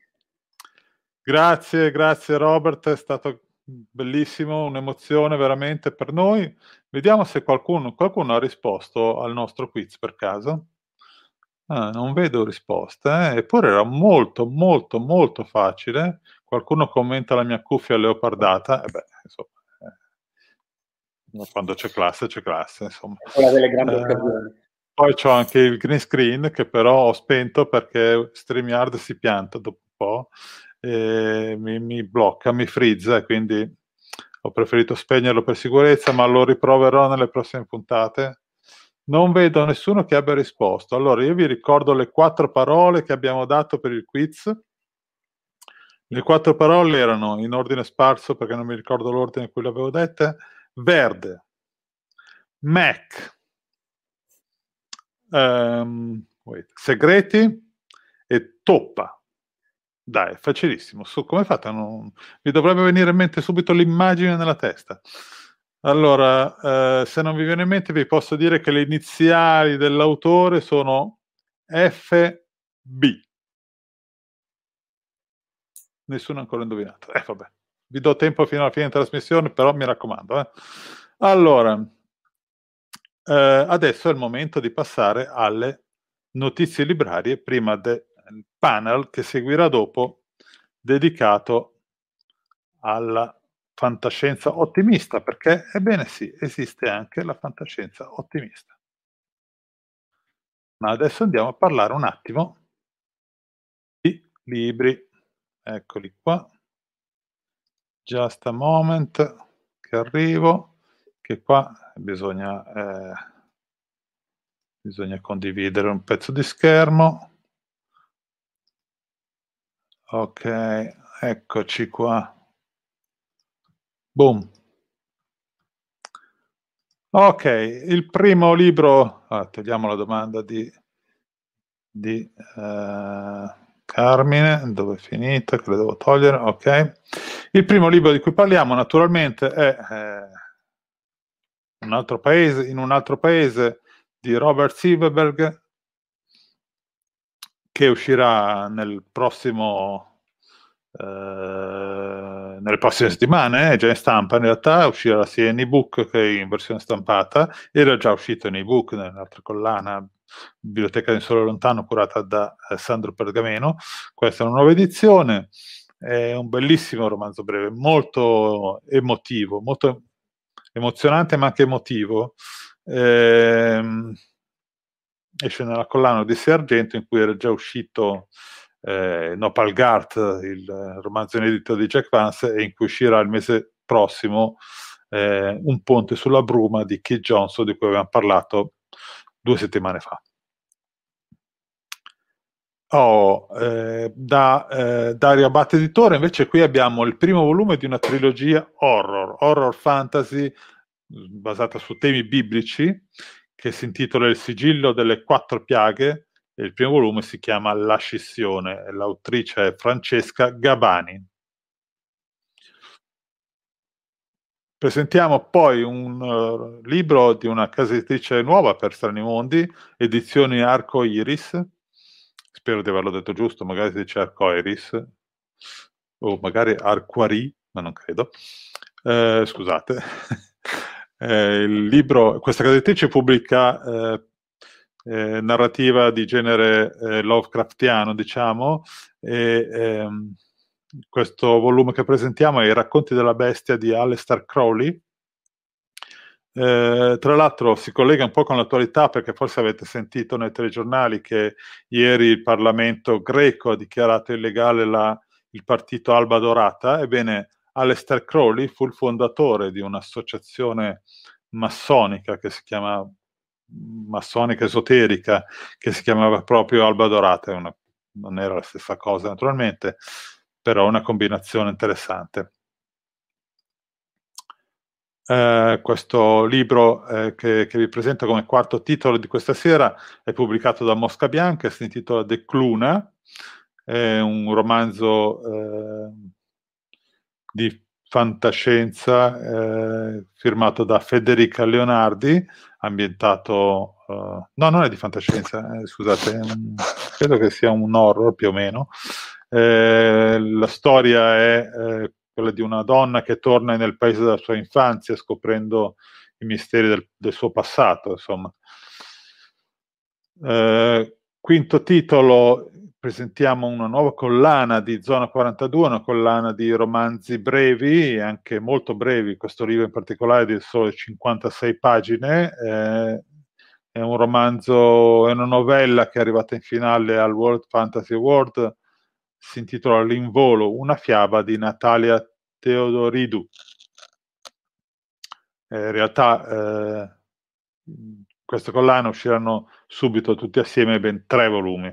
Grazie Robert, è stato bellissimo, un'emozione veramente per noi. Vediamo se qualcuno ha risposto al nostro quiz per caso. Non vedo risposte, eppure era molto molto molto facile. Qualcuno commenta la mia cuffia leopardata, insomma, quando c'è classe, insomma. Quella delle grandi occasioni. Poi c'ho anche il green screen che però ho spento perché StreamYard si pianta dopo un po'. mi blocca, mi frizza, e quindi ho preferito spegnerlo per sicurezza, ma lo riproverò nelle prossime puntate. Non vedo nessuno che abbia risposto. Allora, io vi ricordo le 4 parole che abbiamo dato per il quiz. Le 4 parole erano, in ordine sparso, perché non mi ricordo l'ordine in cui le avevo dette: verde, Mac, segreti e toppa. Dai, facilissimo. Come fate? Vi dovrebbe venire in mente subito l'immagine nella testa. Allora, se non vi viene in mente, vi posso dire che le iniziali dell'autore sono FB. Nessuno ha ancora indovinato. Vabbè. Vi do tempo fino alla fine della trasmissione, però mi raccomando. Allora, adesso è il momento di passare alle notizie librarie, prima del panel che seguirà dopo, dedicato alla fantascienza ottimista, perché, ebbene sì, esiste anche la fantascienza ottimista. Ma adesso andiamo a parlare un attimo di libri. Eccoli qua. Just a moment, che arrivo, che qua bisogna condividere un pezzo di schermo. Ok, eccoci qua. Boom. Ok, il primo libro, togliamo la domanda di Carmine, dove è finita, che le devo togliere, ok. Il primo libro di cui parliamo naturalmente è in un altro paese di Robert Silverberg, che uscirà nelle prossime settimane, è già in stampa in realtà, uscirà sia in ebook che in versione stampata. Era già uscito in ebook nell'altra collana, Biblioteca del Sole Lontano, curata da Sandro Pergameno. Questa è una nuova edizione, è un bellissimo romanzo breve, molto emotivo, molto emozionante ma anche emotivo. Esce nella collana Odissea Argento, in cui era già uscito Nopal Gart, il romanzo inedito di Jack Vance, e in cui uscirà il mese prossimo Un ponte sulla bruma di Keith Johnson, di cui avevamo parlato 2 settimane fa. Da Dario Abate Editore invece qui abbiamo il primo volume di una trilogia horror fantasy basata su temi biblici, che si intitola Il sigillo delle 4 piaghe, e il primo volume si chiama La scissione. L'autrice è Francesca Gabani. Presentiamo poi un libro di una casa editrice nuova per Strani Mondi, Edizioni Arco Iris. Spero di averlo detto giusto, magari si dice Arco Iris o magari Arquari, ma non credo. Scusate. Il libro, questa casa editrice pubblica narrativa di genere Lovecraftiano, diciamo, e questo volume che presentiamo è I racconti della bestia di Aleister Crowley. Tra l'altro si collega un po' con l'attualità, perché forse avete sentito nei telegiornali che ieri il Parlamento greco ha dichiarato illegale il partito Alba Dorata. Ebbene, Aleister Crowley fu il fondatore di un'associazione massonica che si chiama massonica esoterica, che si chiamava proprio Alba Dorata. Non era la stessa cosa naturalmente, però una combinazione interessante. Questo libro che vi presento come quarto titolo di questa sera è pubblicato da Mosca Bianca e si intitola De Cluna. È un romanzo di fantascienza firmato da Federica Leonardi, ambientato no, non è di fantascienza, scusate, credo che sia un horror più o meno. La storia è quella di una donna che torna nel paese della sua infanzia, scoprendo i misteri del suo passato, insomma. Quinto titolo, presentiamo una nuova collana di Zona 42, una collana di romanzi brevi, anche molto brevi. Questo libro in particolare di solo 56 pagine, è un romanzo, è una novella che è arrivata in finale al World Fantasy Award si intitola L'involo, una fiaba di Natalia Teodoridou. In realtà queste collane usciranno subito tutti assieme ben 3 volumi.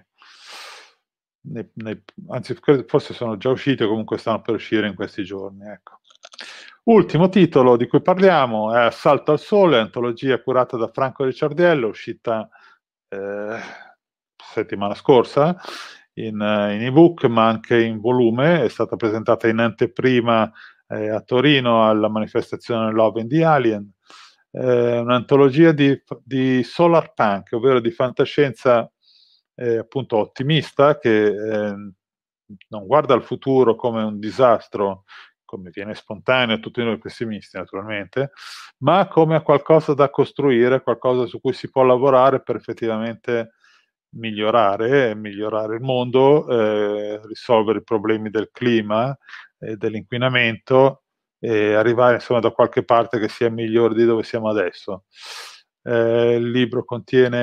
Anzi, forse sono già usciti o comunque stanno per uscire in questi giorni. Ecco. Ultimo titolo di cui parliamo è Assalto al Sole, antologia curata da Franco Ricciardiello, uscita settimana scorsa in ebook ma anche in volume. È stata presentata in anteprima a Torino alla manifestazione Love and the Alien. Un'antologia di solar punk, ovvero di fantascienza appunto ottimista, che non guarda al futuro come un disastro, come viene spontaneo a tutti noi pessimisti naturalmente, ma come a qualcosa da costruire, qualcosa su cui si può lavorare per effettivamente migliorare il mondo, risolvere i problemi del clima e dell'inquinamento e arrivare insomma da qualche parte che sia migliore di dove siamo adesso. Il libro contiene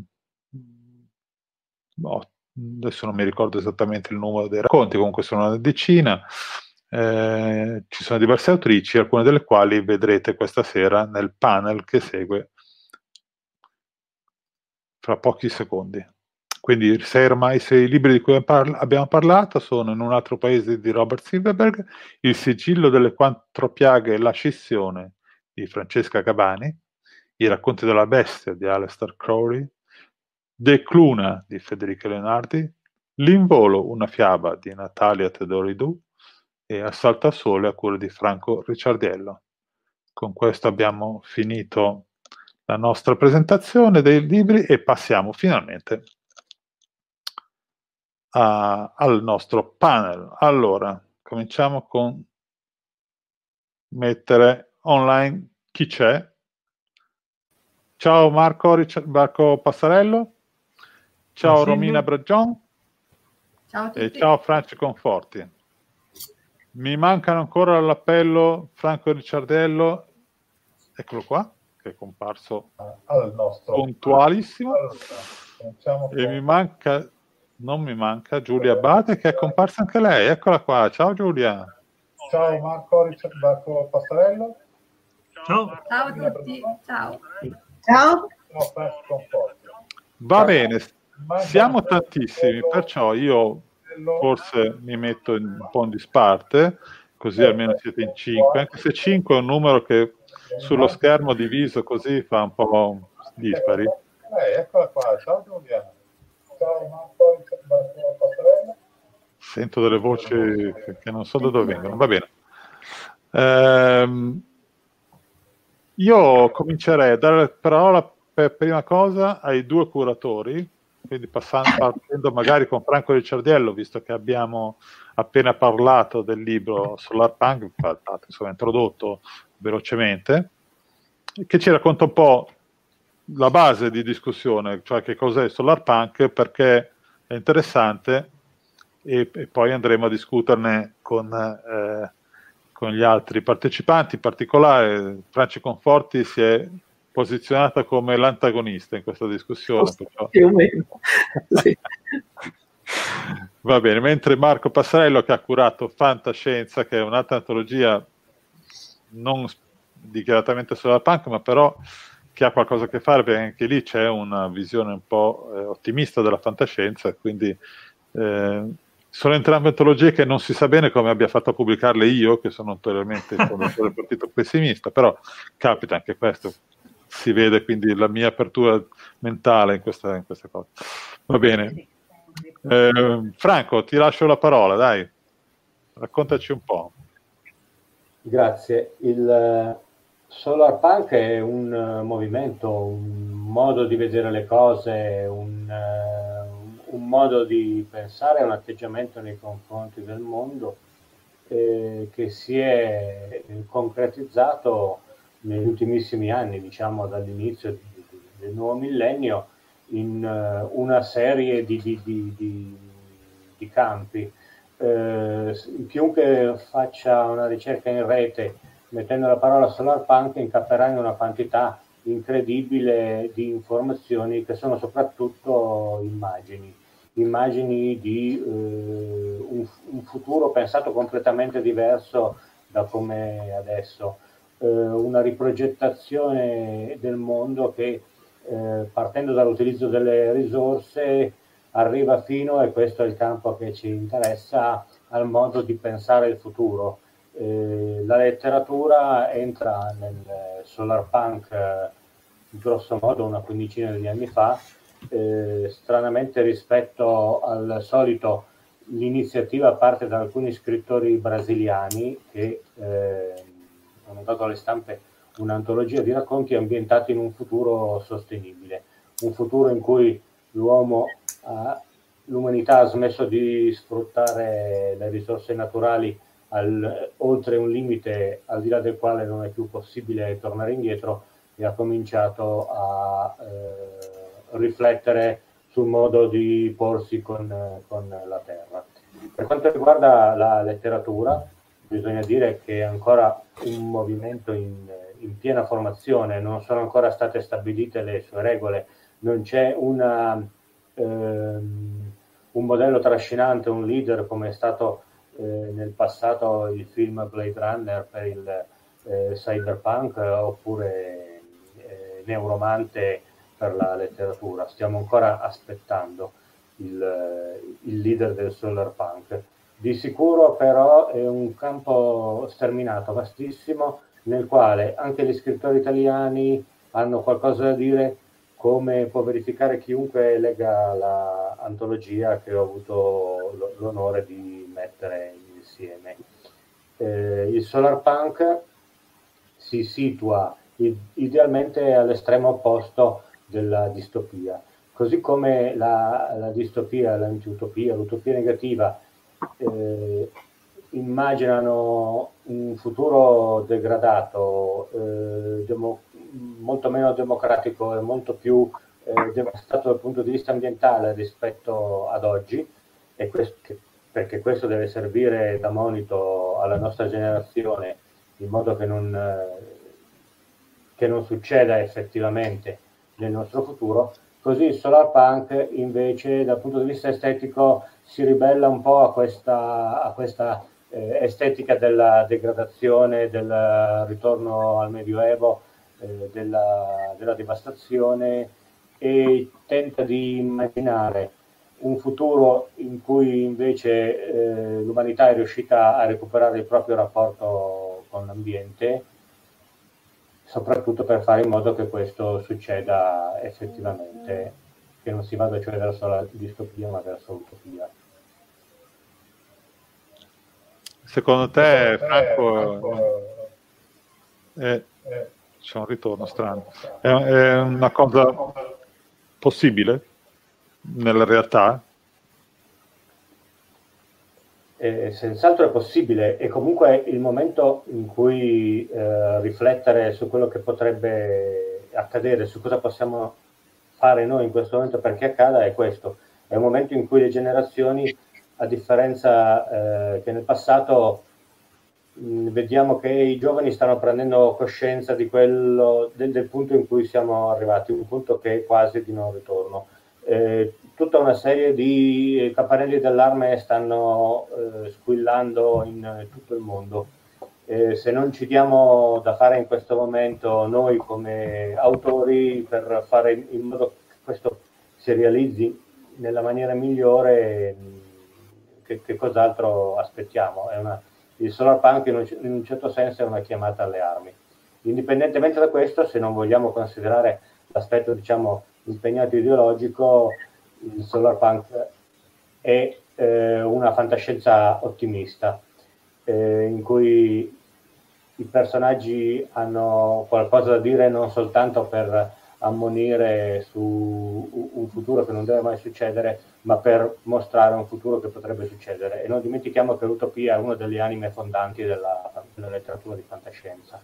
adesso non mi ricordo esattamente il numero dei racconti, comunque sono una decina. Ci sono diverse autrici, alcune delle quali vedrete questa sera nel panel che segue fra pochi secondi. Quindi se i libri di cui abbiamo parlato sono In un altro paese di Robert Silverberg, Il sigillo delle 4 piaghe e la scissione di Francesca Gabani, I racconti della bestia di Aleister Crowley, De Cluna di Federico Leonardi, L'involo, una fiaba di Natalia Teodoridou e Assalto al Sole a cura di Franco Ricciardiello. Con questo abbiamo finito la nostra presentazione dei libri e passiamo finalmente al nostro panel. Allora, cominciamo con mettere online chi c'è. Ciao Marco Passarello, ciao Romina Bragion, ciao a tutti. E ciao Franci Conforti. Mi mancano ancora all'appello Franco Ricciardiello, eccolo qua, che è comparso puntualissimo, e non mi manca Giulia Abate, che è comparsa anche lei, eccola qua. Ciao Giulia. Ciao Marco Passarello. Ciao. Ciao a tutti. Ciao. Ciao. Va bene, siamo tantissimi, perciò io forse mi metto un po' in disparte, così almeno siete in 5, anche se 5 è un numero che sullo schermo diviso così fa un po' dispari. Eccola qua, ciao Giulia. Ciao Marco Passarello. Sento delle voci che non so da dove vengono, va bene. Io comincerei a dare la parola per prima cosa ai 2 curatori, quindi partendo magari con Franco Ricciardiello, visto che abbiamo appena parlato del libro Solar Punk, insomma introdotto velocemente, che ci racconta un po' la base di discussione, cioè che cos'è il Solar Punk, perché è interessante, e poi andremo a discuterne con gli altri partecipanti. In particolare Franci Conforti si è posizionata come l'antagonista in questa discussione, perciò... più o meno. Sì. Va bene, mentre Marco Passarello, che ha curato Fantascienza, che è un'altra antologia non dichiaratamente solar punk, ma però che ha qualcosa a che fare, perché anche lì c'è una visione un po' ottimista della fantascienza, quindi sono entrambe antologie che non si sa bene come abbia fatto a pubblicarle io, che sono notoriamente il fondatore del partito pessimista, però capita anche questo, si vede quindi la mia apertura mentale in questa cosa. Va bene. Franco, ti lascio la parola, dai, raccontaci un po'. Grazie. Il Solar Punk è un movimento, un modo di vedere le cose, un modo di pensare, un atteggiamento nei confronti del mondo che si è concretizzato negli ultimissimi anni, diciamo dall'inizio del nuovo millennio, in una serie di campi. Chiunque faccia una ricerca in rete mettendo la parola solar punk incapperà in una quantità incredibile di informazioni che sono soprattutto immagini. immagini di un futuro pensato completamente diverso da come adesso, una riprogettazione del mondo che partendo dall'utilizzo delle risorse arriva fino, e questo è il campo che ci interessa, al modo di pensare il futuro. La letteratura entra nel solar punk grosso modo una quindicina di anni fa, stranamente rispetto al solito l'iniziativa parte da alcuni scrittori brasiliani che hanno dato alle stampe un'antologia di racconti ambientati in un futuro sostenibile, un futuro in cui l'umanità ha smesso di sfruttare le risorse naturali oltre un limite al di là del quale non è più possibile tornare indietro, e ha cominciato a riflettere sul modo di porsi con la Terra. Per quanto riguarda la letteratura, bisogna dire che è ancora un movimento in piena formazione, non sono ancora state stabilite le sue regole, non c'è un modello trascinante, un leader come è stato nel passato il film Blade Runner per il cyberpunk, oppure Neuromante per la letteratura. Stiamo ancora aspettando il leader del solar punk. Di sicuro però è un campo sterminato, vastissimo, nel quale anche gli scrittori italiani hanno qualcosa da dire, come può verificare chiunque legga l'antologia che ho avuto l'onore di mettere insieme. Il solar punk si situa idealmente all'estremo opposto della distopia, così come la distopia, l'antiutopia, l'utopia negativa immaginano un futuro degradato, molto meno democratico e molto più devastato dal punto di vista ambientale rispetto ad oggi, e perché questo deve servire da monito alla nostra generazione, in modo che non succeda effettivamente nel nostro futuro. Così il solar punk invece dal punto di vista estetico si ribella un po' a questa estetica della degradazione, del ritorno al Medioevo, della devastazione, e tenta di immaginare un futuro in cui invece l'umanità è riuscita a recuperare il proprio rapporto con l'ambiente, soprattutto per fare in modo che questo succeda effettivamente, che non si vada cioè verso la distopia ma verso l'utopia. Secondo te, Franco, c'è un ritorno strano, è una cosa possibile nella realtà? Senz'altro è possibile, e comunque il momento in cui riflettere su quello che potrebbe accadere, su cosa possiamo fare noi in questo momento perché accada, è questo. È un momento in cui le generazioni, a differenza che nel passato, vediamo che i giovani stanno prendendo coscienza di del punto in cui siamo arrivati, un punto che è quasi di non ritorno. Tutta una serie di campanelli d'allarme stanno squillando in tutto il mondo. Se non ci diamo da fare in questo momento noi come autori per fare in modo che questo si realizzi nella maniera migliore, che cos'altro aspettiamo? Il solar punk in un certo senso è una chiamata alle armi. Indipendentemente da questo, se non vogliamo considerare l'aspetto, diciamo, impegnato ideologico, il solar punk è una fantascienza ottimista, in cui i personaggi hanno qualcosa da dire non soltanto per ammonire su un futuro che non deve mai succedere, ma per mostrare un futuro che potrebbe succedere. E non dimentichiamo che l'utopia è una delle anime fondanti della letteratura di fantascienza.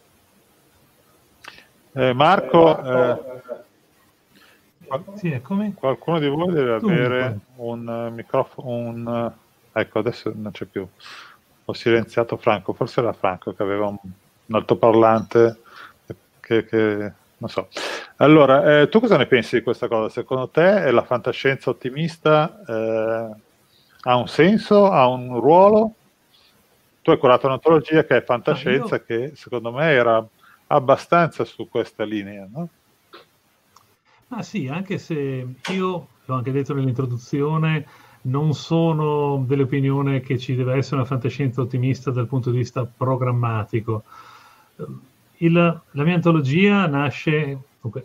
Marco, sì, come? Qualcuno di voi deve avere un microfono, ecco, adesso non c'è più. Ho silenziato Franco, forse era Franco che aveva un altoparlante che non so. Allora, tu cosa ne pensi di questa cosa? Secondo te la fantascienza ottimista ha un senso, ha un ruolo? Tu hai curato un'antologia che è fantascienza, che secondo me era abbastanza su questa linea, no? Ah sì, anche se io, l'ho anche detto nell'introduzione, non sono dell'opinione che ci deve essere una fantascienza ottimista dal punto di vista programmatico. La mia antologia nasce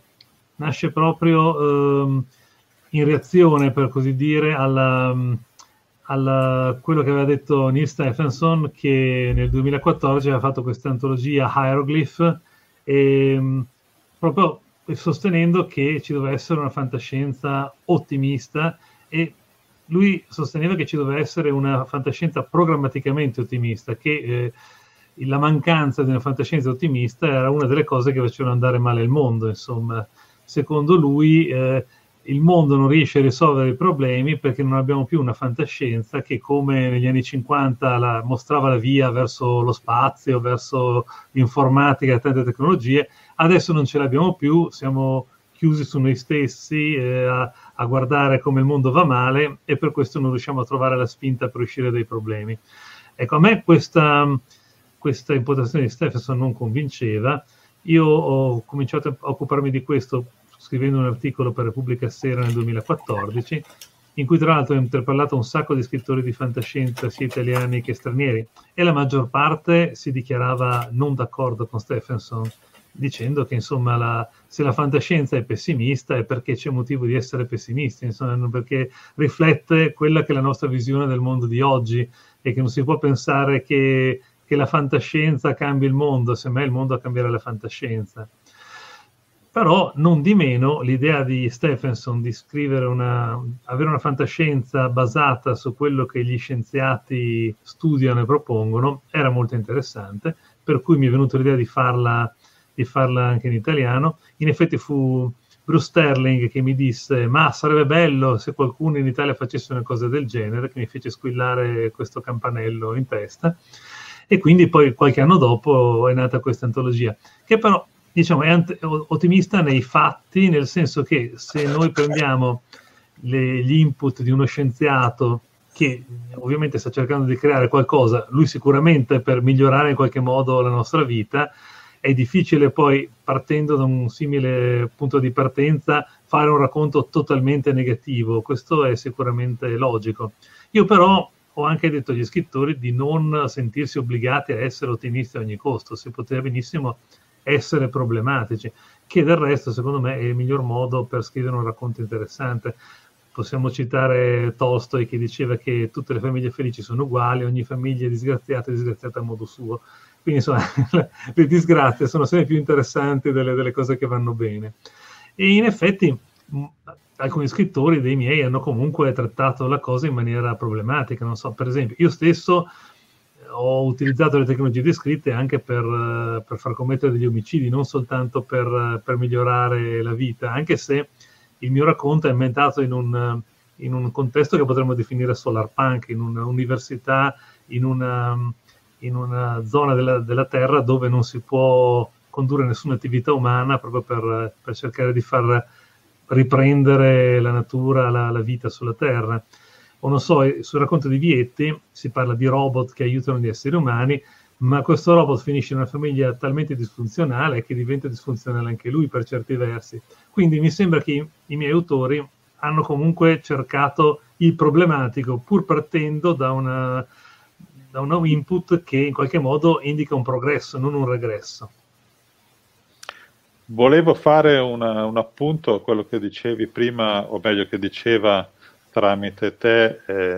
proprio in reazione, per così dire, quello che aveva detto Neil Stephenson, che nel 2014 aveva fatto questa antologia Hieroglyph, proprio sostenendo che ci doveva essere una fantascienza ottimista, e lui sosteneva che ci doveva essere una fantascienza programmaticamente ottimista, che la mancanza di una fantascienza ottimista era una delle cose che facevano andare male il mondo. Insomma, secondo lui il mondo non riesce a risolvere i problemi perché non abbiamo più una fantascienza che, come negli anni 50 mostrava la via verso lo spazio, verso l'informatica e tante tecnologie. Adesso non ce l'abbiamo più, siamo chiusi su noi stessi a guardare come il mondo va male, e per questo non riusciamo a trovare la spinta per uscire dai problemi. Ecco, a me questa imputazione di Stephenson non convinceva. Io ho cominciato a occuparmi di questo scrivendo un articolo per Repubblica Sera nel 2014, in cui tra l'altro ho interpellato un sacco di scrittori di fantascienza, sia italiani che stranieri, e la maggior parte si dichiarava non d'accordo con Stephenson, dicendo che insomma se la fantascienza è pessimista è perché c'è motivo di essere pessimisti, insomma, perché riflette quella che è la nostra visione del mondo di oggi, e che non si può pensare che la fantascienza cambi il mondo, semmai il mondo a cambiare la fantascienza. Però non di meno l'idea di Stephenson di scrivere avere una fantascienza basata su quello che gli scienziati studiano e propongono era molto interessante, per cui mi è venuta l'idea di farla anche in italiano. In effetti fu Bruce Sterling che mi disse: ma sarebbe bello se qualcuno in Italia facesse una cosa del genere, che mi fece squillare questo campanello in testa, e quindi poi qualche anno dopo è nata questa antologia, che però diciamo è ottimista nei fatti, nel senso che se noi prendiamo gli input di uno scienziato che ovviamente sta cercando di creare qualcosa, lui sicuramente per migliorare in qualche modo la nostra vita, è difficile poi, partendo da un simile punto di partenza, fare un racconto totalmente negativo. Questo è sicuramente logico. Io però ho anche detto agli scrittori di non sentirsi obbligati a essere ottimisti a ogni costo, si poteva benissimo essere problematici, che del resto secondo me è il miglior modo per scrivere un racconto interessante. Possiamo citare Tolstoi, che diceva che tutte le famiglie felici sono uguali, ogni famiglia è disgraziata a modo suo. Quindi insomma le disgrazie sono sempre più interessanti delle cose che vanno bene. E in effetti alcuni scrittori dei miei hanno comunque trattato la cosa in maniera problematica. Non so, per esempio, io stesso ho utilizzato le tecnologie descritte anche per far commettere degli omicidi, non soltanto per migliorare la vita, anche se il mio racconto è ambientato in un contesto che potremmo definire solarpunk, in un'università, in una zona della Terra dove non si può condurre nessuna attività umana, proprio per cercare di far riprendere la natura, la vita sulla Terra. O non so, sul racconto di Vietti si parla di robot che aiutano gli esseri umani, ma questo robot finisce in una famiglia talmente disfunzionale che diventa disfunzionale anche lui per certi versi. Quindi mi sembra che i miei autori hanno comunque cercato il problematico, pur partendo da un input che in qualche modo indica un progresso, non un regresso. Volevo fare un appunto a quello che dicevi prima, o meglio che diceva tramite te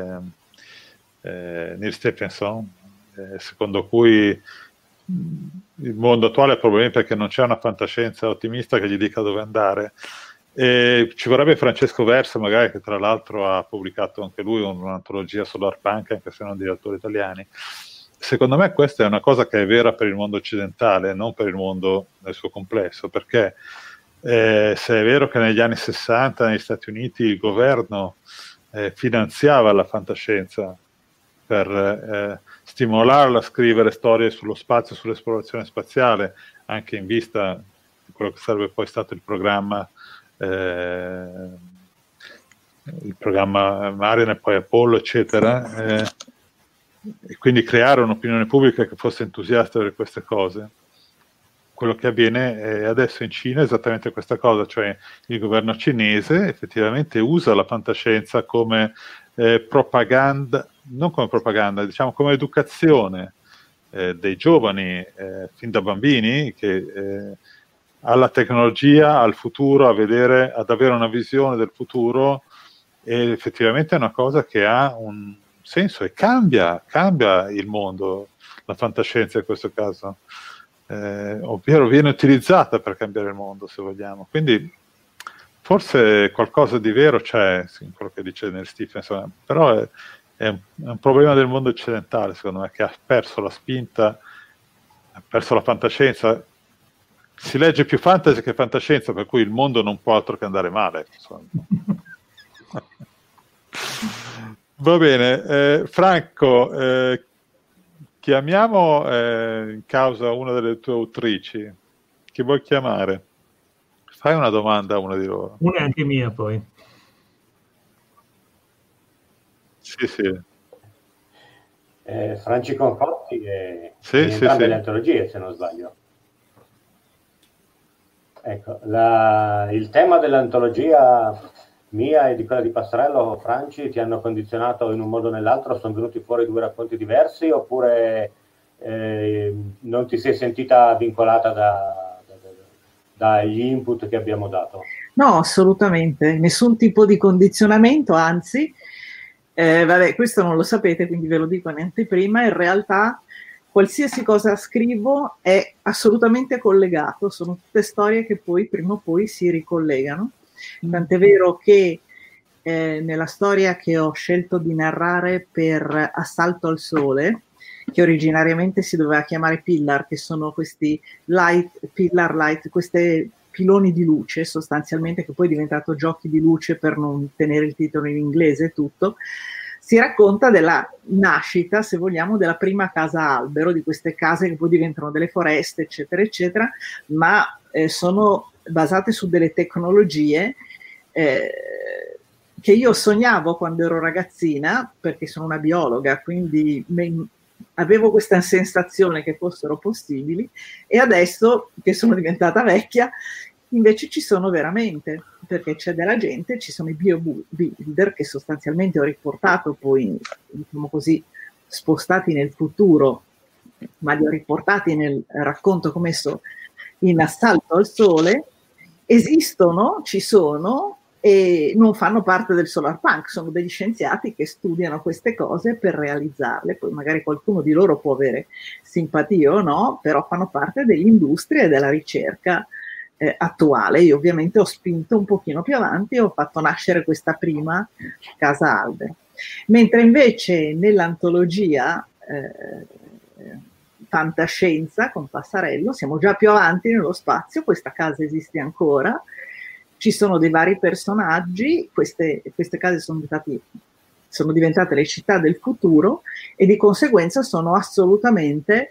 Neil Stephenson, secondo cui il mondo attuale ha problemi perché non c'è una fantascienza ottimista che gli dica dove andare. E ci vorrebbe Francesco Versa, magari, che tra l'altro ha pubblicato anche lui un'antologia solarpunk, anche se non di autori italiani. Secondo me questa è una cosa che è vera per il mondo occidentale, non per il mondo nel suo complesso, perché se è vero che negli anni 60 negli Stati Uniti il governo finanziava la fantascienza per stimolarla a scrivere storie sullo spazio, sull'esplorazione spaziale, anche in vista di quello che sarebbe poi stato il programma Marian e poi Apollo, eccetera, e quindi creare un'opinione pubblica che fosse entusiasta per queste cose. Quello che avviene adesso in Cina è esattamente questa cosa, cioè il governo cinese effettivamente usa la fantascienza come propaganda, non come propaganda, diciamo come educazione dei giovani fin da bambini, che alla tecnologia, al futuro, ad avere una visione del futuro, e effettivamente è una cosa che ha un senso e cambia il mondo, la fantascienza in questo caso, ovvero viene utilizzata per cambiare il mondo, se vogliamo. Quindi forse qualcosa di vero c'è in quello che dice Neil Stephenson, però è un problema del mondo occidentale, secondo me, che ha perso la spinta, ha perso la fantascienza. Si legge più fantasy che fantascienza, per cui il mondo non può altro che andare male. Va bene, Franco, chiamiamo in causa una delle tue autrici. Chi vuoi chiamare? Fai una domanda a una di loro. Una è anche mia, poi. Sì. Franci Conforti e sì, entrambe le antologie, se non sbaglio. Ecco, il tema dell'antologia mia e di quella di Passarello, Franci, ti hanno condizionato in un modo o nell'altro? Sono venuti fuori due racconti diversi, oppure non ti sei sentita vincolata dagli input che abbiamo dato? No, assolutamente, nessun tipo di condizionamento, anzi, vabbè, questo non lo sapete, quindi ve lo dico in anteprima, in realtà qualsiasi cosa scrivo è assolutamente collegato, sono tutte storie che poi prima o poi si ricollegano. Tant'è vero che nella storia che ho scelto di narrare per Assalto al Sole, che originariamente si doveva chiamare Pillar, che sono questi pillar light, questi piloni di luce sostanzialmente, che poi è diventato giochi di luce per non tenere il titolo in inglese e tutto, si racconta della nascita, se vogliamo, della prima casa albero, di queste case che poi diventano delle foreste, eccetera, eccetera, ma sono basate su delle tecnologie che io sognavo quando ero ragazzina, perché sono una biologa, quindi avevo questa sensazione che fossero possibili, e adesso che sono diventata vecchia invece ci sono veramente, perché c'è della gente, ci sono i biobuilder che sostanzialmente ho riportato poi, diciamo così, spostati nel futuro, ma li ho riportati nel racconto che ho messo in Assalto al Sole. Esistono, ci sono, e non fanno parte del solar punk, sono degli scienziati che studiano queste cose per realizzarle, poi magari qualcuno di loro può avere simpatia o no, però fanno parte dell'industria e della ricerca attuale. Io ovviamente ho spinto un pochino più avanti e ho fatto nascere questa prima casa albero, mentre invece nell'antologia fantascienza con Passarello siamo già più avanti nello spazio, questa casa esiste ancora, ci sono dei vari personaggi, queste case sono diventate le città del futuro e di conseguenza sono assolutamente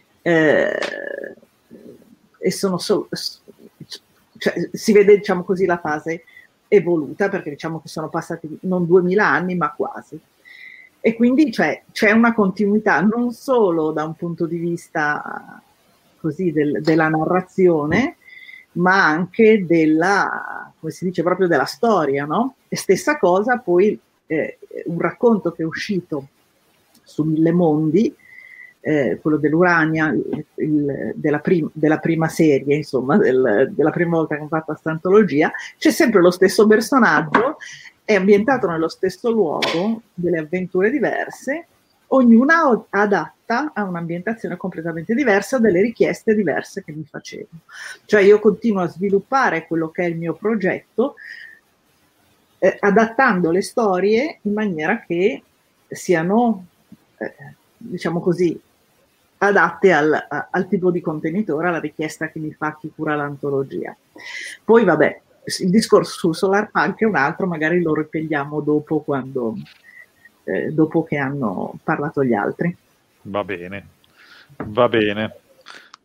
e sono cioè, si vede, diciamo così, la fase evoluta, perché diciamo che sono passati non 2000 anni ma quasi. E quindi c'è una continuità non solo da un punto di vista così della narrazione, ma anche della, come si dice, proprio della storia, no? E stessa cosa poi un racconto che è uscito su Mille Mondi, quello dell'Urania, della prima serie, insomma, della prima volta che ho fatto questa antologia, c'è sempre lo stesso personaggio, è ambientato nello stesso luogo, delle avventure diverse, ognuna adatta a un'ambientazione completamente diversa, delle richieste diverse che mi facevo. Cioè io continuo a sviluppare quello che è il mio progetto, adattando le storie in maniera che siano, diciamo così, adatte al tipo di contenitore, alla richiesta che mi fa chi cura l'antologia. Poi vabbè, il discorso sul solar punk è un altro, magari lo riprendiamo dopo, dopo che hanno parlato gli altri. Va bene, va bene.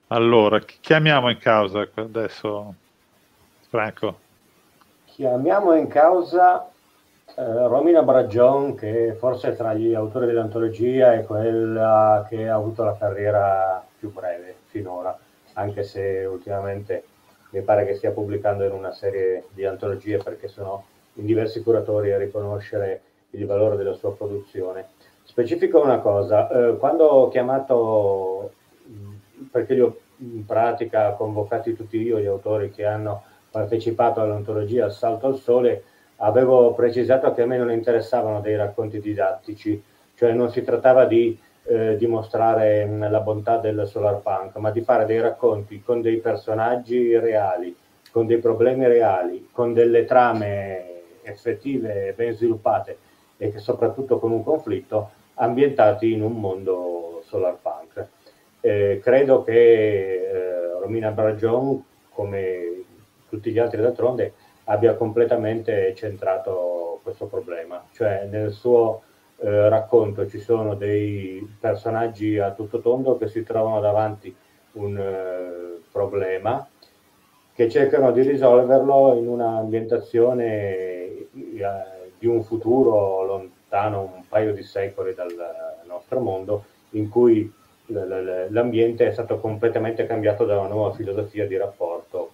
Allora, chiamiamo in causa adesso, Franco. Chiamiamo in causa Romina Bragion, che forse tra gli autori dell'antologia è quella che ha avuto la carriera più breve finora, anche se ultimamente mi pare che stia pubblicando in una serie di antologie, perché sono in diversi curatori a riconoscere il valore della sua produzione. Specifico una cosa, quando ho chiamato, perché li ho in pratica convocati tutti io, gli autori che hanno partecipato all'antologia Assalto al Sole, avevo precisato che a me non interessavano dei racconti didattici, cioè non si trattava di dimostrare la bontà del solarpunk, ma di fare dei racconti con dei personaggi reali, con dei problemi reali, con delle trame effettive ben sviluppate e che soprattutto con un conflitto, ambientati in un mondo solarpunk. Credo che Romina Bragion, come tutti gli altri d'altronde, abbia completamente centrato questo problema, cioè nel suo racconto ci sono dei personaggi a tutto tondo che si trovano davanti un problema, che cercano di risolverlo in un'ambientazione di un futuro lontano un paio di secoli dal nostro mondo, in cui l'ambiente è stato completamente cambiato da una nuova filosofia di rapporto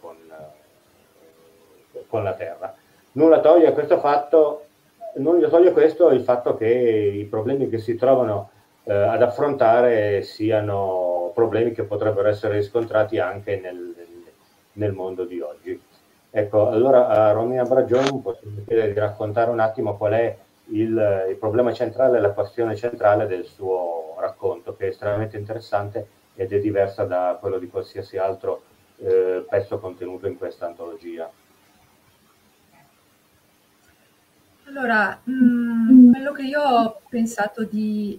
con la Terra. Nulla toglie a questo fatto, non gli toglie questo il fatto che i problemi che si trovano ad affrontare siano problemi che potrebbero essere riscontrati anche nel mondo di oggi. Ecco, allora a Romina Bragion possiamo chiedere di raccontare un attimo qual è il problema centrale, la questione centrale del suo racconto, che è estremamente interessante ed è diversa da quello di qualsiasi altro pezzo contenuto in questa antologia. Allora, quello che io ho pensato di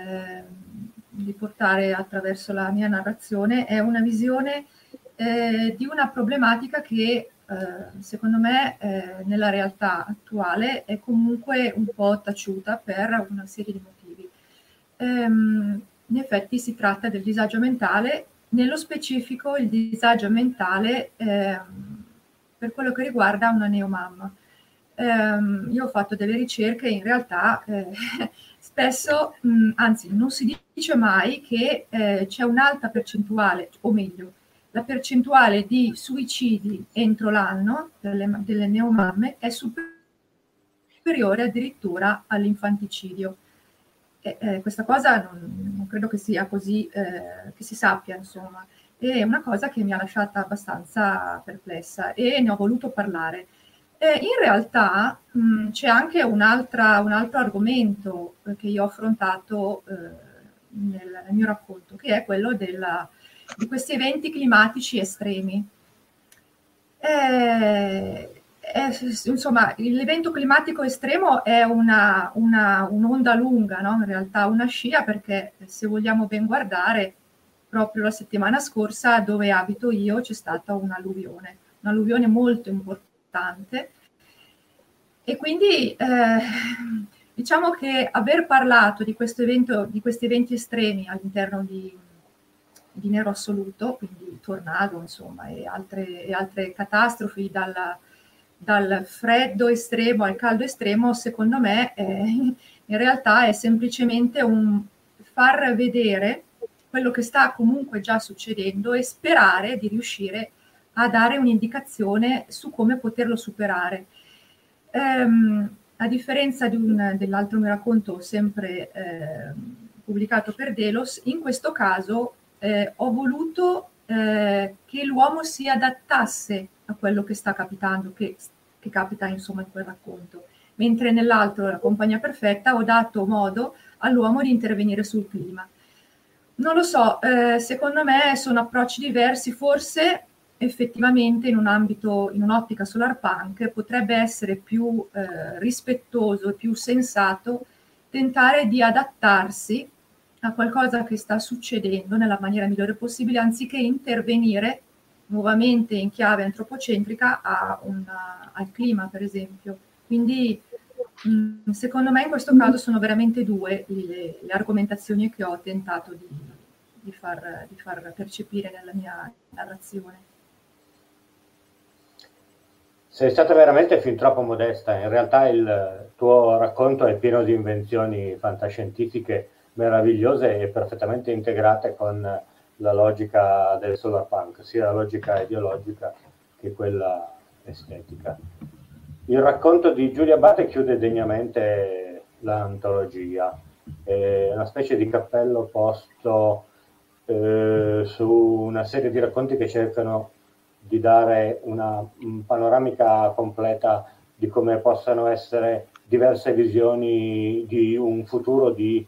portare attraverso la mia narrazione è una visione di una problematica che secondo me nella realtà attuale è comunque un po' taciuta per una serie di motivi. In effetti si tratta del disagio mentale, nello specifico il disagio mentale per quello che riguarda una neomamma. Io ho fatto delle ricerche e in realtà spesso, anzi non si dice mai che c'è un'alta percentuale, o meglio, la percentuale di suicidi entro l'anno delle neomamme è superiore addirittura all'infanticidio. Questa cosa non credo che sia così, che si sappia, insomma. È una cosa che mi ha lasciata abbastanza perplessa e ne ho voluto parlare. In realtà c'è anche un altro argomento che io ho affrontato nel mio racconto, che è quello di questi eventi climatici estremi. Insomma, l'evento climatico estremo è un'onda lunga, no? In realtà una scia, perché se vogliamo ben guardare, proprio la settimana scorsa dove abito io c'è stata un'alluvione molto importante. E quindi diciamo che aver parlato di questo evento, di questi eventi estremi all'interno di Nero Assoluto, quindi tornado, insomma, e altre catastrofi, dal freddo estremo al caldo estremo, secondo me in realtà è semplicemente un far vedere quello che sta comunque già succedendo e sperare di riuscire a dare un'indicazione su come poterlo superare. A differenza dell'altro mio racconto sempre pubblicato per Delos, in questo caso ho voluto che l'uomo si adattasse a quello che sta capitando, che capita insomma in quel racconto, mentre nell'altro, La compagnia perfetta, ho dato modo all'uomo di intervenire sul clima. Non lo so, secondo me sono approcci diversi, forse effettivamente in un'ottica solarpunk potrebbe essere più rispettoso e più sensato tentare di adattarsi a qualcosa che sta succedendo nella maniera migliore possibile, anziché intervenire nuovamente in chiave antropocentrica al clima, per esempio. Quindi secondo me in questo caso sono veramente due le argomentazioni che ho tentato far percepire nella mia narrazione. Sei stata veramente fin troppo modesta. In realtà il tuo racconto è pieno di invenzioni fantascientifiche meravigliose e perfettamente integrate con la logica del solarpunk, sia la logica ideologica che quella estetica. Il racconto di Giulia Abate chiude degnamente l'antologia. È una specie di cappello posto su una serie di racconti che cercano di dare una panoramica completa di come possano essere diverse visioni di un futuro di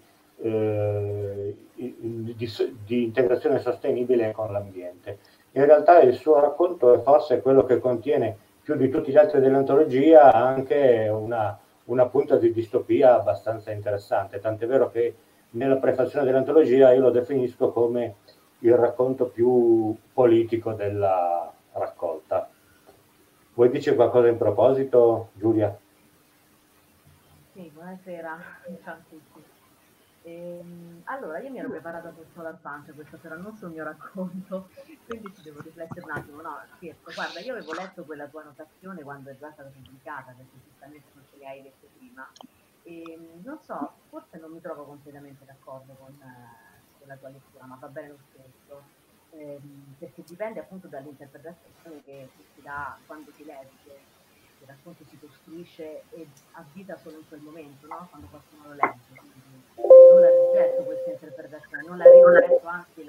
integrazione sostenibile con l'ambiente. In realtà il suo racconto è forse quello che contiene più di tutti gli altri dell'antologia anche una punta di distopia abbastanza interessante, tant'è vero che nella prefazione dell'antologia io lo definisco come il racconto più politico della raccolta. Vuoi dire qualcosa in proposito, Giulia? Sì, buonasera, ciao a tutti. Allora, io mi ero preparata per Solarpunk questa sera, non sul mio racconto, quindi ci devo riflettere un attimo. No, scherzo, guarda, io avevo letto quella tua annotazione quando è già stata pubblicata, perché giustamente non ce le hai dette prima, e non so, forse non mi trovo completamente d'accordo con la tua lettura, ma va bene lo stesso. Perché dipende appunto dall'interpretazione che si dà quando si legge. Il racconto si costruisce e ha vita solo in quel momento, no? Quando qualcuno lo legge. Quindi non la rigetto questa interpretazione, non la rigetto,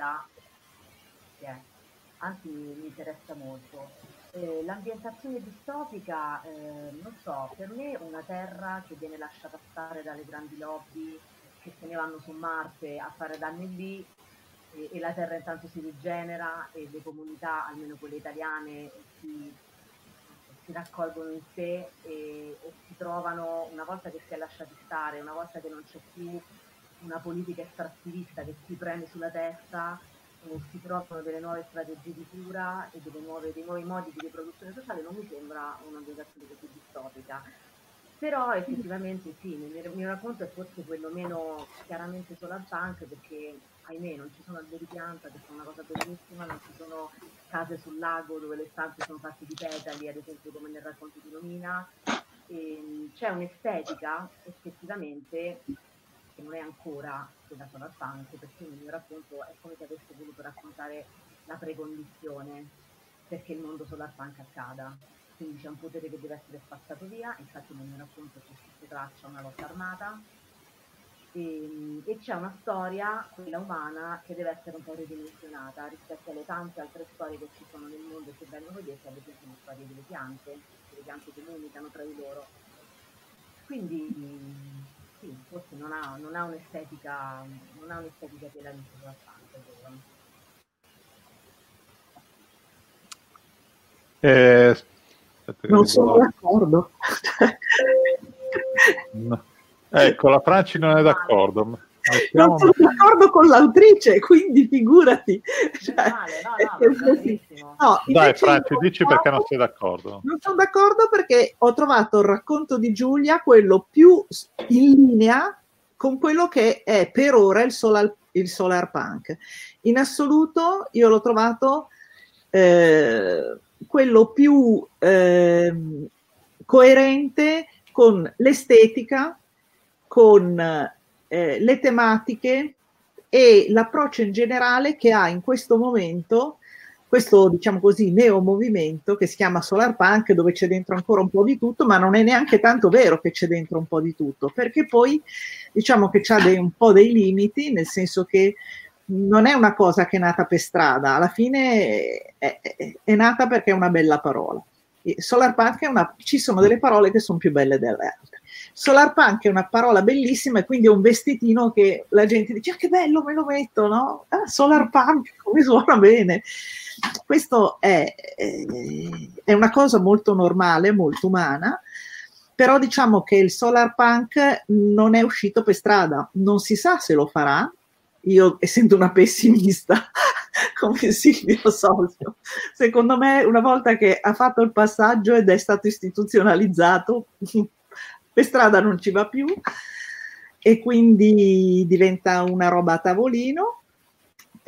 anzi mi interessa molto. L'ambientazione distopica, non so, per me una terra che viene lasciata stare dalle grandi lobby che se ne vanno su Marte a fare danni lì, e la terra intanto si rigenera e le comunità, almeno quelle italiane, si raccolgono in sé e si trovano, una volta che si è lasciati stare, una volta che non c'è più una politica estrattivista che si preme sulla testa, si trovano delle nuove strategie di cura e dei nuovi modi di riproduzione sociale. Non mi sembra un'ambientazione così distopica. Però effettivamente sì, nel mio racconto è forse quello meno chiaramente solarpunk, perché ahimè non ci sono alberi pianta, che sono una cosa bellissima, non ci sono case sul lago dove le stanze sono fatte di petali, ad esempio come nel racconto di Nomina. C'è un'estetica effettivamente che non è ancora quella solarpunk, perché nel mio racconto è come se avesse voluto raccontare la precondizione perché il mondo solarpunk accada. Quindi c'è un potere che deve essere spazzato via, infatti nel mio racconto c'è sotto traccia una lotta armata, e c'è una storia, quella umana, che deve essere un po' ridimensionata rispetto alle tante altre storie che ci sono nel mondo e che vengono dette, ad esempio le storie delle piante comunicano tra di loro. Quindi sì, forse non ha un'estetica che la dice abbastanza. Non sono d'accordo. No. Ecco, la Franci non è d'accordo. Non sono d'accordo con l'autrice, quindi figurati. Dai Franci, dici perché non sei d'accordo. Non sono d'accordo perché ho trovato il racconto di Giulia quello più in linea con quello che è per ora il solarpunk. In assoluto io l'ho trovato quello più coerente con l'estetica, con le tematiche e l'approccio in generale che ha in questo momento questo, diciamo così, neomovimento che si chiama solarpunk, dove c'è dentro ancora un po' di tutto, ma non è neanche tanto vero che c'è dentro un po' di tutto, perché poi diciamo che c'ha un po' dei limiti, nel senso che non è una cosa che è nata per strada, alla fine è nata perché è una bella parola. Solarpunk ci sono delle parole che sono più belle delle altre. Solarpunk è una parola bellissima e quindi è un vestitino che la gente dice: ah, che bello, me lo metto, no? Ah, solarpunk, come suona bene. Questo è una cosa molto normale, molto umana, però diciamo che il solarpunk non è uscito per strada, non si sa se lo farà. Io, essendo una pessimista come Silvio Solfio, secondo me una volta che ha fatto il passaggio ed è stato istituzionalizzato, per strada non ci va più e quindi diventa una roba a tavolino.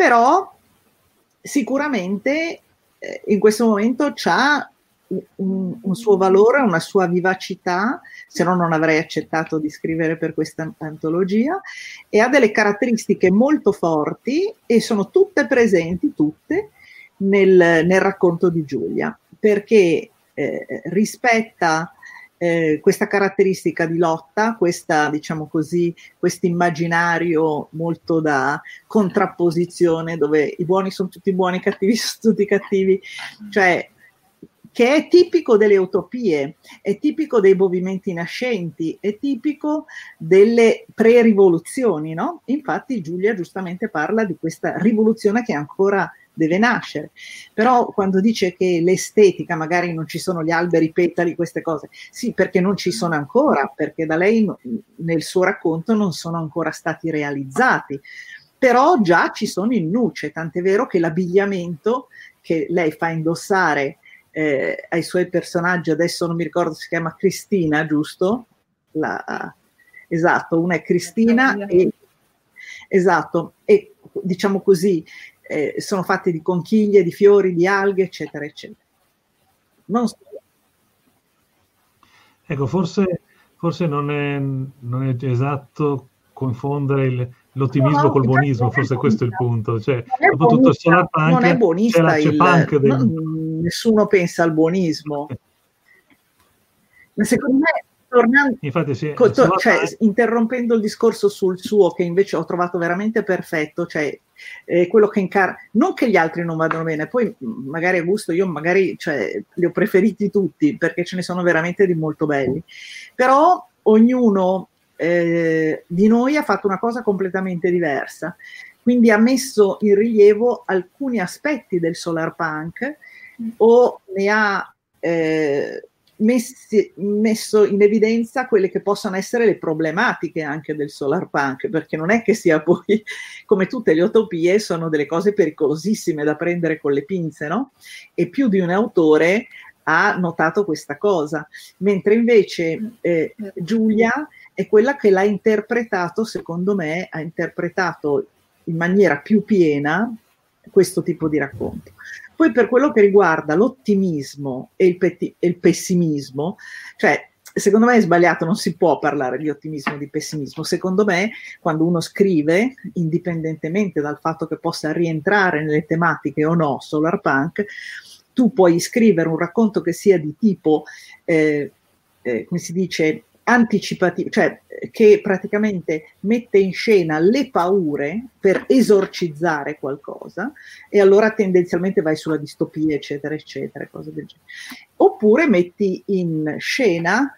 però sicuramente in questo momento c'ha un suo valore, una sua vivacità, se no non avrei accettato di scrivere per questa antologia, e ha delle caratteristiche molto forti e sono tutte presenti, tutte, nel racconto di Giulia, perché rispetta questa caratteristica di lotta, questa, diciamo così, questo immaginario molto da contrapposizione, dove i buoni sono tutti buoni, i cattivi sono tutti cattivi, cioè che è tipico delle utopie, è tipico dei movimenti nascenti, è tipico delle pre-rivoluzioni, no? Infatti Giulia giustamente parla di questa rivoluzione che ancora deve nascere, però quando dice che l'estetica, magari non ci sono gli alberi, i petali, queste cose, sì, perché non ci sono ancora, perché da lei nel suo racconto non sono ancora stati realizzati, però già ci sono in nuce, tant'è vero che l'abbigliamento che lei fa indossare ai suoi personaggi, adesso non mi ricordo, si chiama Cristina, giusto? Esatto, una è Cristina esatto, e diciamo così sono fatte di conchiglie, di fiori, di alghe, eccetera, eccetera. Non so. Ecco, forse non è esatto confondere l'ottimismo col buonismo, forse questo è il punto. Cioè, dopo tutto il solar punk, non è buonista, c'è punk nessuno pensa al buonismo. Ma secondo me, tornando, infatti sì, interrompendo il discorso sul suo, che invece ho trovato veramente perfetto, cioè quello che non che gli altri non vadano bene, poi magari a gusto io magari li ho preferiti tutti, perché ce ne sono veramente di molto belli, però ognuno di noi ha fatto una cosa completamente diversa, quindi ha messo in rilievo alcuni aspetti del solar punk o ne ha messo in evidenza quelle che possono essere le problematiche anche del solar punk, perché non è che sia poi, come tutte le utopie, sono delle cose pericolosissime da prendere con le pinze, no? E più di un autore ha notato questa cosa, mentre invece Giulia è quella che l'ha interpretato, secondo me, ha interpretato in maniera più piena questo tipo di racconto. Poi per quello che riguarda l'ottimismo e il pessimismo, cioè secondo me è sbagliato, non si può parlare di ottimismo e di pessimismo. Secondo me quando uno scrive, indipendentemente dal fatto che possa rientrare nelle tematiche o no solar punk, tu puoi scrivere un racconto che sia di tipo, come si dice, anticipativo, cioè che praticamente mette in scena le paure per esorcizzare qualcosa, e allora tendenzialmente vai sulla distopia, eccetera, eccetera, cose del genere. Oppure metti in scena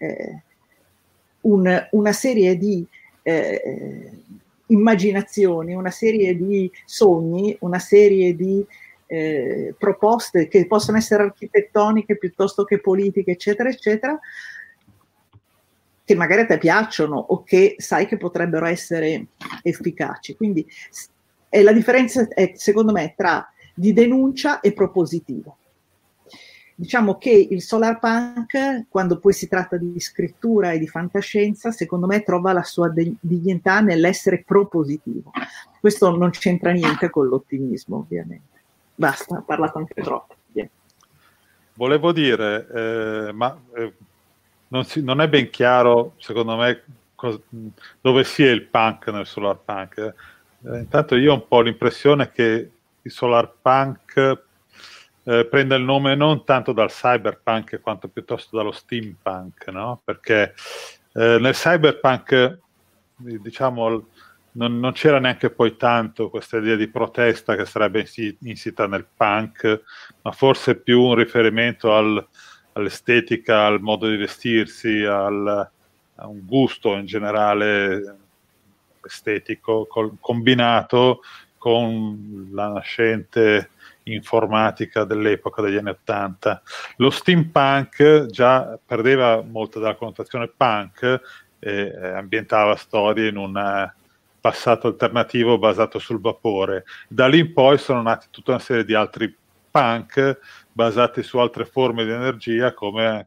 una serie di immaginazioni, una serie di sogni, una serie di proposte che possono essere architettoniche piuttosto che politiche, eccetera, eccetera, che magari a te piacciono o che sai che potrebbero essere efficaci. Quindi la differenza è, secondo me, tra di denuncia e propositivo. Diciamo che il solar punk, quando poi si tratta di scrittura e di fantascienza, secondo me trova la sua dignità nell'essere propositivo. Questo non c'entra niente con l'ottimismo, ovviamente. Basta, ho parlato anche troppo. Yeah. Volevo dire, non è ben chiaro, secondo me, dove sia il punk nel solar punk. Intanto io ho un po' l'impressione che il solar punk prenda il nome non tanto dal cyberpunk quanto piuttosto dallo steampunk, no? Perché nel cyberpunk, diciamo, non c'era neanche poi tanto questa idea di protesta che sarebbe insita nel punk, ma forse più un riferimento all'estetica, al modo di vestirsi, a un gusto in generale estetico, combinato con la nascente informatica dell'epoca degli anni '80. Lo steampunk già perdeva molto della connotazione punk e ambientava storie in un passato alternativo basato sul vapore. Da lì in poi sono nati tutta una serie di altri punk basati su altre forme di energia, come anche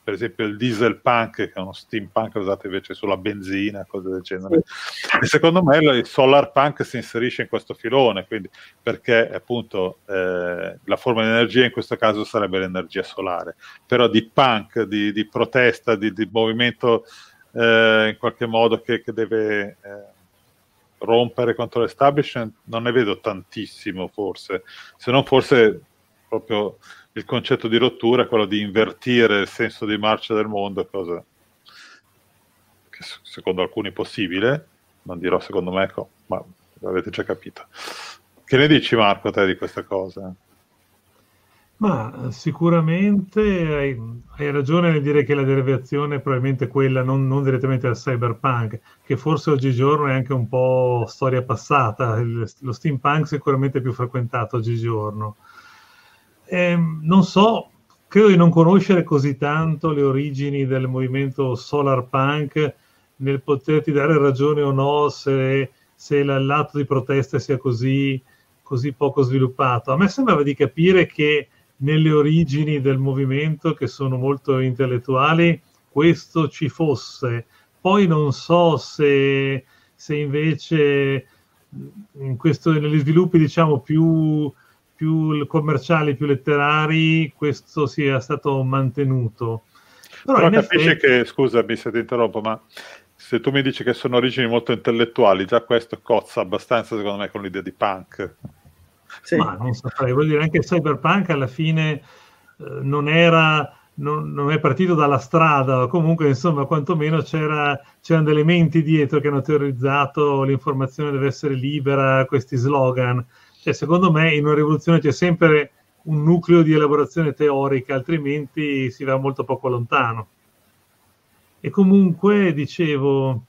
per esempio il diesel punk, che è uno steampunk usato invece sulla benzina, cose del genere. E secondo me il solar punk si inserisce in questo filone, quindi, perché appunto la forma di energia in questo caso sarebbe l'energia solare, però di punk, di protesta, di movimento in qualche modo che deve rompere contro l'establishment, non ne vedo tantissimo, forse, se non forse proprio il concetto di rottura è quello di invertire il senso di marcia del mondo, cosa che secondo alcuni è possibile, non dirò secondo me, ma l'avete già capito. Che ne dici, Marco, te di questa cosa? Ma sicuramente hai ragione nel dire che la derivazione è probabilmente quella, non direttamente dal cyberpunk, che forse oggigiorno è anche un po' storia passata. Lo steampunk sicuramente è più frequentato oggigiorno. Non so, credo di non conoscere così tanto le origini del movimento solar punk nel poterti dare ragione o no se l'atto di protesta sia così poco sviluppato. A me sembrava di capire che nelle origini del movimento, che sono molto intellettuali, questo ci fosse. Poi non so se invece negli sviluppi, diciamo, più commerciali, più letterari, questo sia stato mantenuto. Però capisci che, scusami se ti interrompo, ma se tu mi dici che sono origini molto intellettuali, già questo cozza abbastanza, secondo me, con l'idea di punk. Sì. Ma non saprei, vuol dire anche il cyberpunk alla fine non è partito dalla strada, comunque insomma quantomeno c'erano degli elementi dietro che hanno teorizzato l'informazione deve essere libera, questi slogan. Cioè, secondo me in una rivoluzione c'è sempre un nucleo di elaborazione teorica, altrimenti si va molto poco lontano. E comunque, dicevo,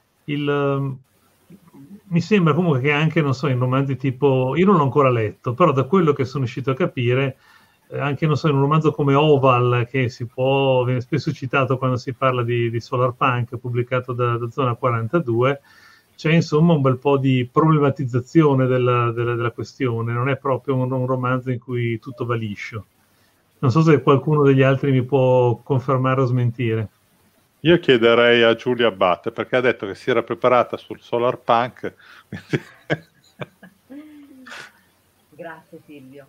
mi sembra comunque che anche, non so, in romanzi tipo, io non l'ho ancora letto, però da quello che sono riuscito a capire, anche, non so, in un romanzo come Oval, che viene spesso citato quando si parla di solar punk, pubblicato da Zona 42, c'è insomma un bel po' di problematizzazione della questione, non è proprio un romanzo in cui tutto va liscio. Non so se qualcuno degli altri mi può confermare o smentire. Io chiederei a Giulia Abate, perché ha detto che si era preparata sul solar punk. Grazie Silvio.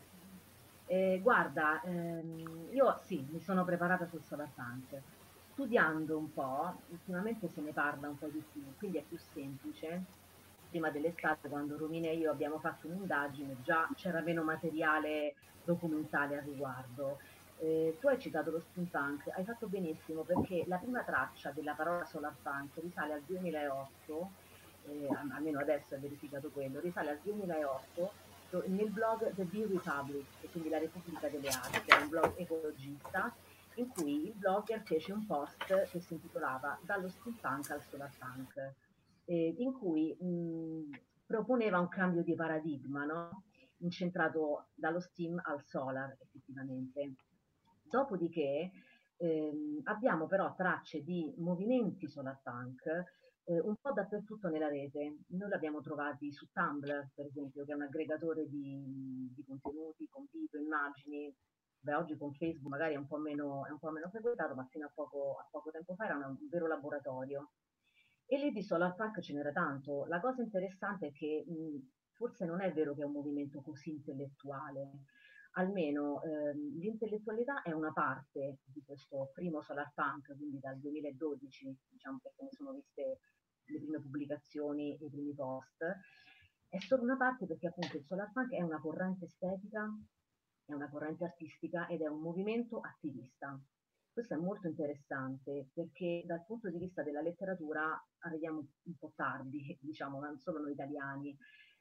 Guarda, io sì, mi sono preparata sul solar punk. Studiando un po', ultimamente se ne parla un po' di più, quindi è più semplice. Prima dell'estate, quando Romina e io abbiamo fatto un'indagine, già c'era meno materiale documentale al riguardo. Tu hai citato lo steampunk, hai fatto benissimo, perché la prima traccia della parola solar punk risale al 2008, almeno adesso è verificato quello, risale al 2008 nel blog The Bee Republic, e quindi la Repubblica delle Api, che è un blog ecologista, in cui il blogger fece un post che si intitolava Dallo steampunk al solar punk, in cui proponeva un cambio di paradigma, no? Incentrato dallo steam al solar, effettivamente. Dopodiché abbiamo però tracce di movimenti solar punk un po' dappertutto nella rete. Noi l'abbiamo trovati su Tumblr, per esempio, che è un aggregatore di contenuti con video, immagini. Beh, oggi con Facebook magari è un po' meno frequentato, ma fino a poco tempo fa era un vero laboratorio. E lì di solar punk ce n'era tanto. La cosa interessante è che forse non è vero che è un movimento così intellettuale, almeno l'intellettualità è una parte di questo primo solar punk, quindi dal 2012, diciamo, perché ne sono viste le prime pubblicazioni, i primi post. È solo una parte, perché appunto il solar punk è una corrente estetica, è una corrente artistica ed è un movimento attivista. Questo è molto interessante, perché dal punto di vista della letteratura arriviamo un po' tardi, diciamo, non solo noi italiani.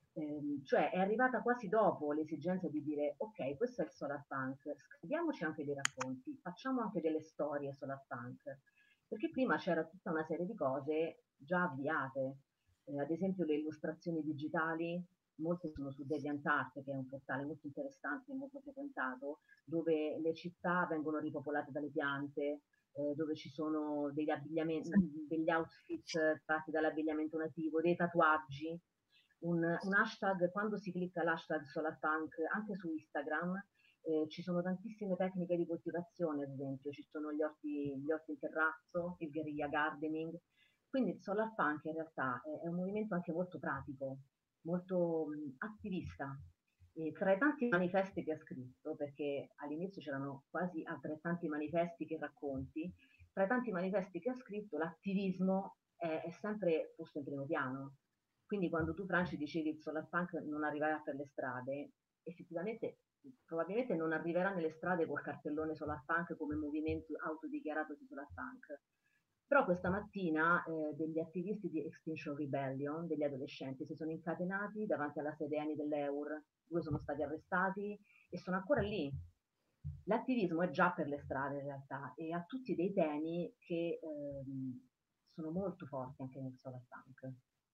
Cioè è arrivata quasi dopo l'esigenza di dire ok, questo è il solar punk, scriviamoci anche dei racconti, facciamo anche delle storie solar punk, perché prima c'era tutta una serie di cose già avviate, ad esempio le illustrazioni digitali, molte sono su DeviantArt, che è un portale molto interessante e molto frequentato, dove le città vengono ripopolate dalle piante, dove ci sono degli abbigliamenti, degli outfit tratti dall'abbigliamento nativo, dei tatuaggi. Un hashtag, quando si clicca l'hashtag solarpunk anche su Instagram, Ci sono tantissime tecniche di coltivazione, ad esempio, ci sono gli orti in terrazzo, il guerriglia gardening, quindi il solar punk in realtà è un movimento anche molto pratico, molto attivista. E tra i tanti manifesti che ha scritto, perché all'inizio c'erano quasi altrettanti manifesti che racconti, tra i tanti manifesti che ha scritto l'attivismo è sempre posto in primo piano. Quindi quando tu, Franci, dicevi il solar punk non arriverà per le strade, effettivamente probabilmente non arriverà nelle strade col cartellone solar punk come movimento autodichiarato di solar punk. Però questa mattina degli attivisti di Extinction Rebellion, degli adolescenti, si sono incatenati davanti alla sede ENI dell'EUR, 2 sono stati arrestati e sono ancora lì. L'attivismo è già per le strade in realtà e ha tutti dei temi che sono molto forti anche nel solar punk.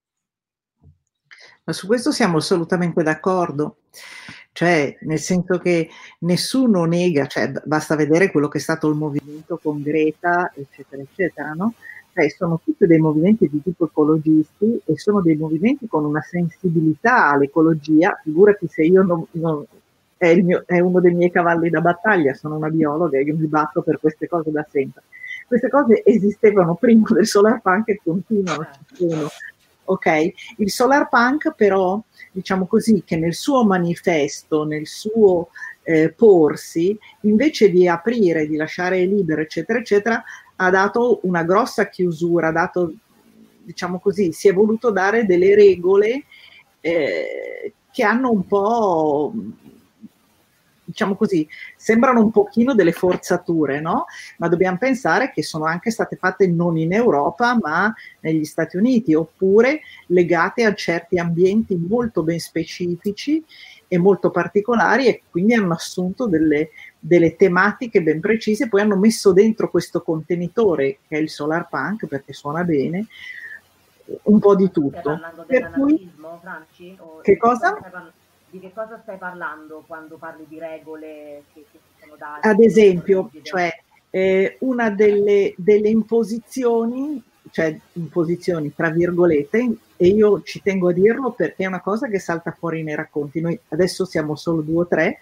Ma su questo siamo assolutamente d'accordo, cioè nel senso che nessuno nega, cioè basta vedere quello che è stato il movimento con Greta, eccetera, eccetera, no? Cioè, sono tutti dei movimenti di tipo ecologisti e sono dei movimenti con una sensibilità all'ecologia, figurati se io è uno dei miei cavalli da battaglia, sono una biologa e io mi batto per queste cose da sempre. Queste cose esistevano prima del solar punk e continuano, ci sono. Ok, il solar punk però, diciamo così, che nel suo manifesto, nel suo porsi, invece di aprire, di lasciare libero, eccetera, eccetera, ha dato una grossa chiusura, ha dato, diciamo così, si è voluto dare delle regole che hanno un po', diciamo così, sembrano un pochino delle forzature, no? Ma dobbiamo pensare che sono anche state fatte non in Europa, ma negli Stati Uniti, oppure legate a certi ambienti molto ben specifici e molto particolari, e quindi hanno assunto delle tematiche ben precise, poi hanno messo dentro questo contenitore, che è il solar punk, perché suona bene, un po' di tutto. Stai parlando dell'anarchismo, Franci? Che cosa? Di che cosa stai parlando quando parli di regole che si sono date? Ad esempio, cioè, una delle imposizioni, cioè imposizioni tra virgolette, e io ci tengo a dirlo perché è una cosa che salta fuori nei racconti. Noi adesso siamo solo 2 o 3,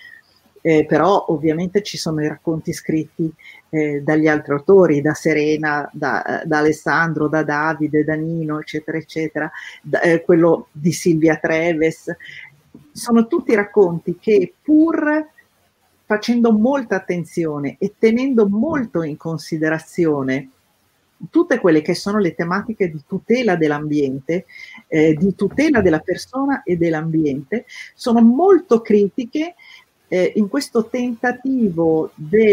però ovviamente ci sono i racconti scritti dagli altri autori, da Serena, da Alessandro, da Davide, da Nino, eccetera, eccetera, quello di Silvia Treves. Sono tutti racconti che, pur facendo molta attenzione e tenendo molto in considerazione tutte quelle che sono le tematiche di tutela dell'ambiente, di tutela della persona e dell'ambiente, sono molto critiche in questo tentativo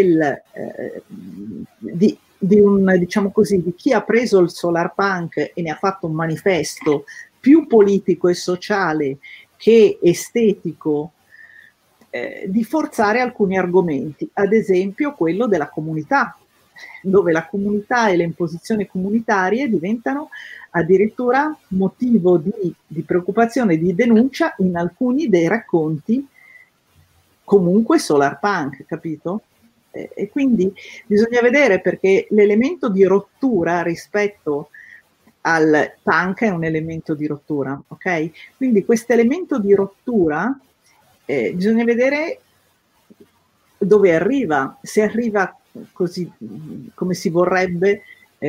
diciamo così, di chi ha preso il solar punk e ne ha fatto un manifesto più politico e sociale che estetico, di forzare alcuni argomenti, ad esempio quello della comunità, dove la comunità e le imposizioni comunitarie diventano addirittura motivo di preoccupazione, di denuncia in alcuni dei racconti comunque solar punk, capito? E quindi bisogna vedere, perché l'elemento di rottura rispetto al punk è un elemento di rottura, ok? Quindi questo elemento di rottura bisogna vedere dove arriva, se arriva così come si vorrebbe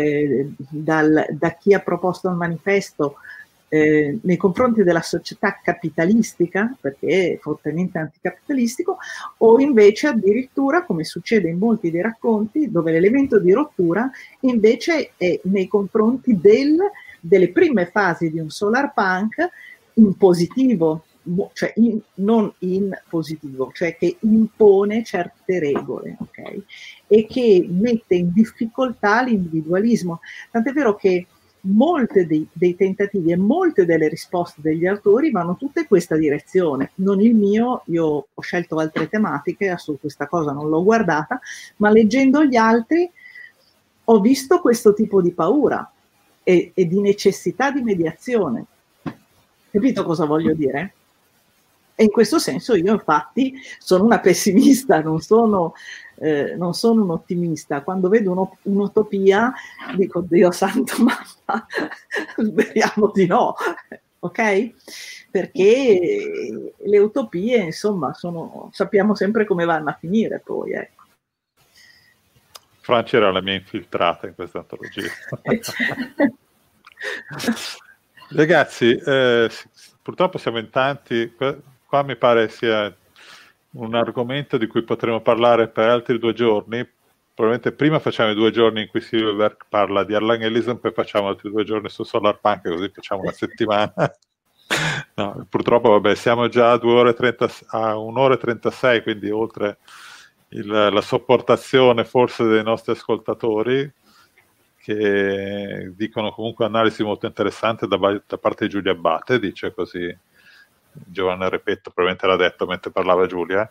da chi ha proposto il manifesto nei confronti della società capitalistica, perché è fortemente anticapitalistico, o invece addirittura, come succede in molti dei racconti, dove l'elemento di rottura invece è nei confronti delle prime fasi di un solar punk in positivo, cioè non in positivo, cioè che impone certe regole, ok? E che mette in difficoltà l'individualismo. Tant'è vero che molte dei tentativi e molte delle risposte degli autori vanno tutte in questa direzione. Non il mio, io ho scelto altre tematiche, su questa cosa non l'ho guardata, ma leggendo gli altri ho visto questo tipo di paura e di necessità di mediazione. Capito cosa voglio dire? E in questo senso io infatti sono una pessimista, non sono un ottimista. Quando vedo un'utopia dico, Dio santo, mamma, speriamo di no. ok? Perché le utopie, insomma, sappiamo sempre come vanno a finire poi, ecco. Francia era la mia infiltrata in questa antologia. Ragazzi, purtroppo siamo in tanti, qua mi pare sia un argomento di cui potremo parlare per altri 2 giorni. Probabilmente prima facciamo i 2 giorni in cui Silverberg parla di Harlan Ellison, poi facciamo altri 2 giorni su Solarpunk, così facciamo una settimana. No, purtroppo vabbè, siamo già a 1 ora e 36, quindi oltre la sopportazione forse dei nostri ascoltatori, che dicono comunque analisi molto interessante da parte di Giulia Abate, dice così Giovanna Repetto, probabilmente l'ha detto mentre parlava Giulia.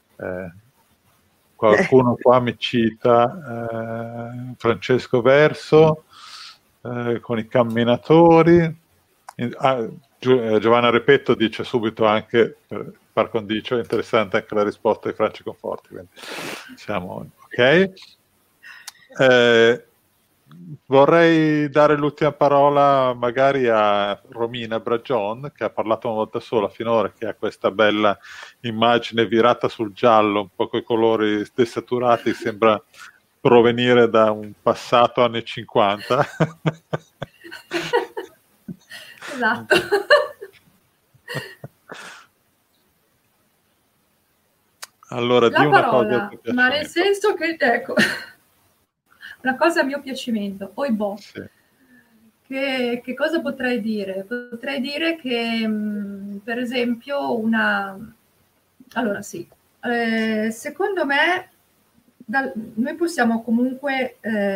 Qualcuno qua mi cita Francesco Verso con i camminatori. Giovanna Repetto dice subito anche, par condicio, è interessante anche la risposta di Franci Conforti, quindi siamo ok. Vorrei dare l'ultima parola magari a Romina Bragion, che ha parlato una volta sola finora, che ha questa bella immagine virata sul giallo, un po' coi colori desaturati, sembra provenire da un passato anni 50. Esatto. Allora, La di una parola, cosa ma nel senso che, ecco, una cosa a mio piacimento, oibò. Sì. Che cosa potrei dire? Potrei dire che, per esempio, allora sì, secondo me noi possiamo comunque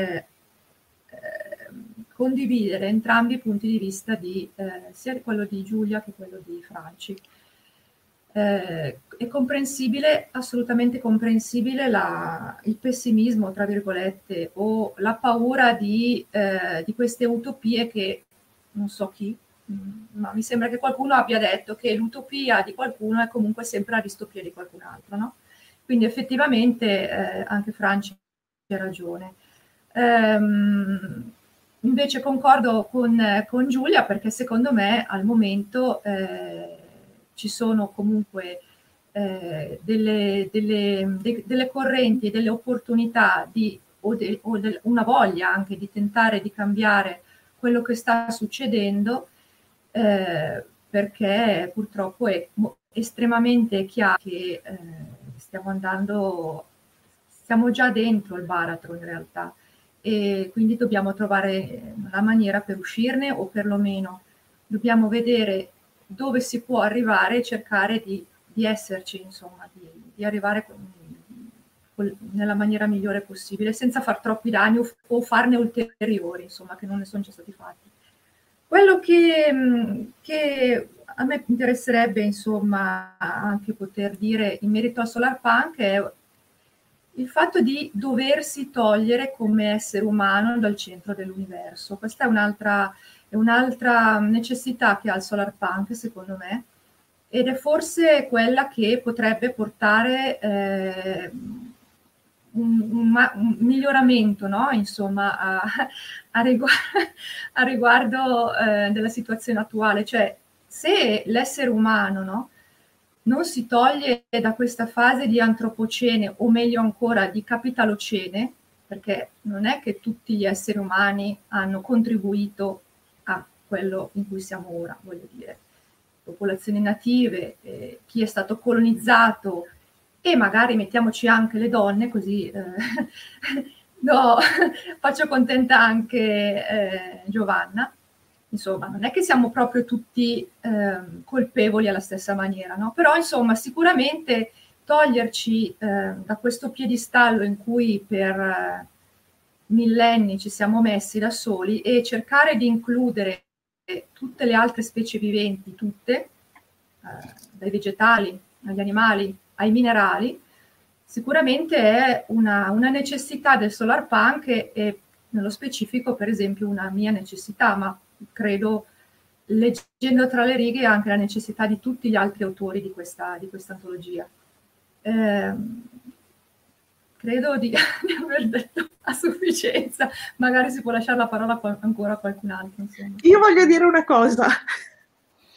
condividere entrambi i punti di vista sia quello di Giulia che quello di Franci. È comprensibile, assolutamente comprensibile il pessimismo, tra virgolette, o la paura di queste utopie che non so chi, ma mi sembra che qualcuno abbia detto che l'utopia di qualcuno è comunque sempre la distopia di qualcun altro, no? Quindi effettivamente anche Franci ha ragione. Invece concordo con Giulia, perché secondo me al momento ci sono comunque delle correnti e delle opportunità una voglia anche di tentare di cambiare quello che sta succedendo, perché purtroppo è estremamente chiaro che stiamo già dentro il baratro in realtà, e quindi dobbiamo trovare la maniera per uscirne, o perlomeno dobbiamo vedere dove si può arrivare e cercare di esserci, insomma, di arrivare nella maniera migliore possibile, senza far troppi danni o farne ulteriori, insomma, che non ne sono già stati fatti. Quello che a me interesserebbe, insomma, anche poter dire in merito al Solarpunk è il fatto di doversi togliere come essere umano dal centro dell'universo. Questa è un'altra necessità che ha il Solarpunk, secondo me, ed è forse quella che potrebbe portare un miglioramento, no? Insomma, a riguardo della situazione attuale. Cioè, se l'essere umano, no, non si toglie da questa fase di antropocene, o meglio ancora di capitalocene, perché non è che tutti gli esseri umani hanno contribuito a quello in cui siamo ora, voglio dire, popolazioni native, chi è stato colonizzato, e magari mettiamoci anche le donne, così no, faccio contenta anche Giovanna. Insomma, non è che siamo proprio tutti colpevoli alla stessa maniera, no? Però, insomma, sicuramente toglierci da questo piedistallo in cui per millenni ci siamo messi da soli, e cercare di includere tutte le altre specie viventi, tutte, dai vegetali agli animali ai minerali, sicuramente è una necessità del Solarpunk, e nello specifico, per esempio, una mia necessità, ma credo, leggendo tra le righe, anche la necessità di tutti gli altri autori di questa antologia. Credo di aver detto a sufficienza, magari si può lasciare la parola ancora a qualcun altro. Insomma. Io voglio dire una cosa.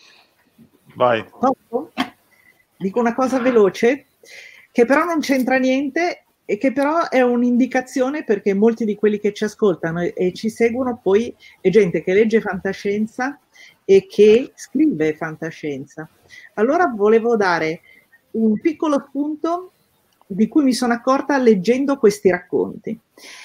Vai. Dico una cosa veloce, che però non c'entra niente e che però è un'indicazione, perché molti di quelli che ci ascoltano e ci seguono poi è gente che legge fantascienza e che scrive fantascienza. Allora volevo dare un piccolo spunto di cui mi sono accorta leggendo questi racconti.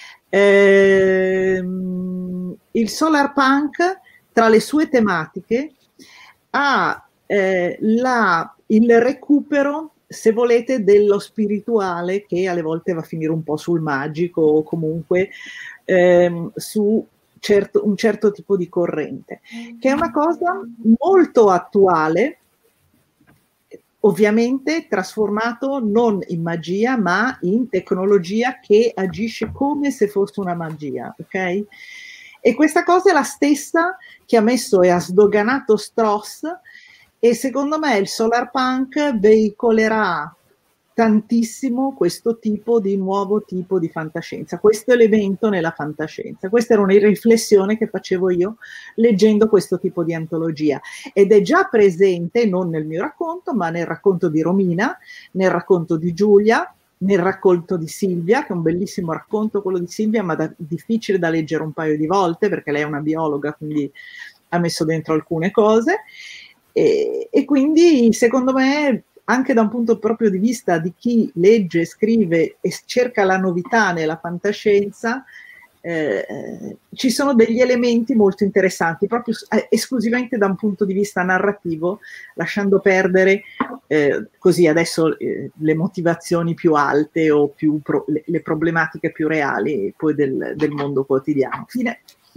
Il solar punk, tra le sue tematiche, ha il recupero, se volete, dello spirituale, che alle volte va a finire un po' sul magico o comunque su un certo tipo di corrente, che è una cosa molto attuale, ovviamente trasformato non in magia ma in tecnologia che agisce come se fosse una magia, ok? E questa cosa è la stessa che ha messo e ha sdoganato Strauss, e secondo me il solar punk veicolerà tantissimo questo tipo di nuovo tipo di fantascienza, questo elemento nella fantascienza. Questa era una riflessione che facevo io leggendo questo tipo di antologia, ed è già presente non nel mio racconto ma nel racconto di Romina, nel racconto di Giulia, nel racconto di Silvia, che è un bellissimo racconto quello di Silvia, ma difficile da leggere un paio di volte perché lei è una biologa, quindi ha messo dentro alcune cose, e quindi secondo me anche da un punto proprio di vista di chi legge, scrive e cerca la novità nella fantascienza, ci sono degli elementi molto interessanti, proprio esclusivamente da un punto di vista narrativo, lasciando perdere così adesso le motivazioni più alte o più le problematiche più reali poi del mondo quotidiano. Fine.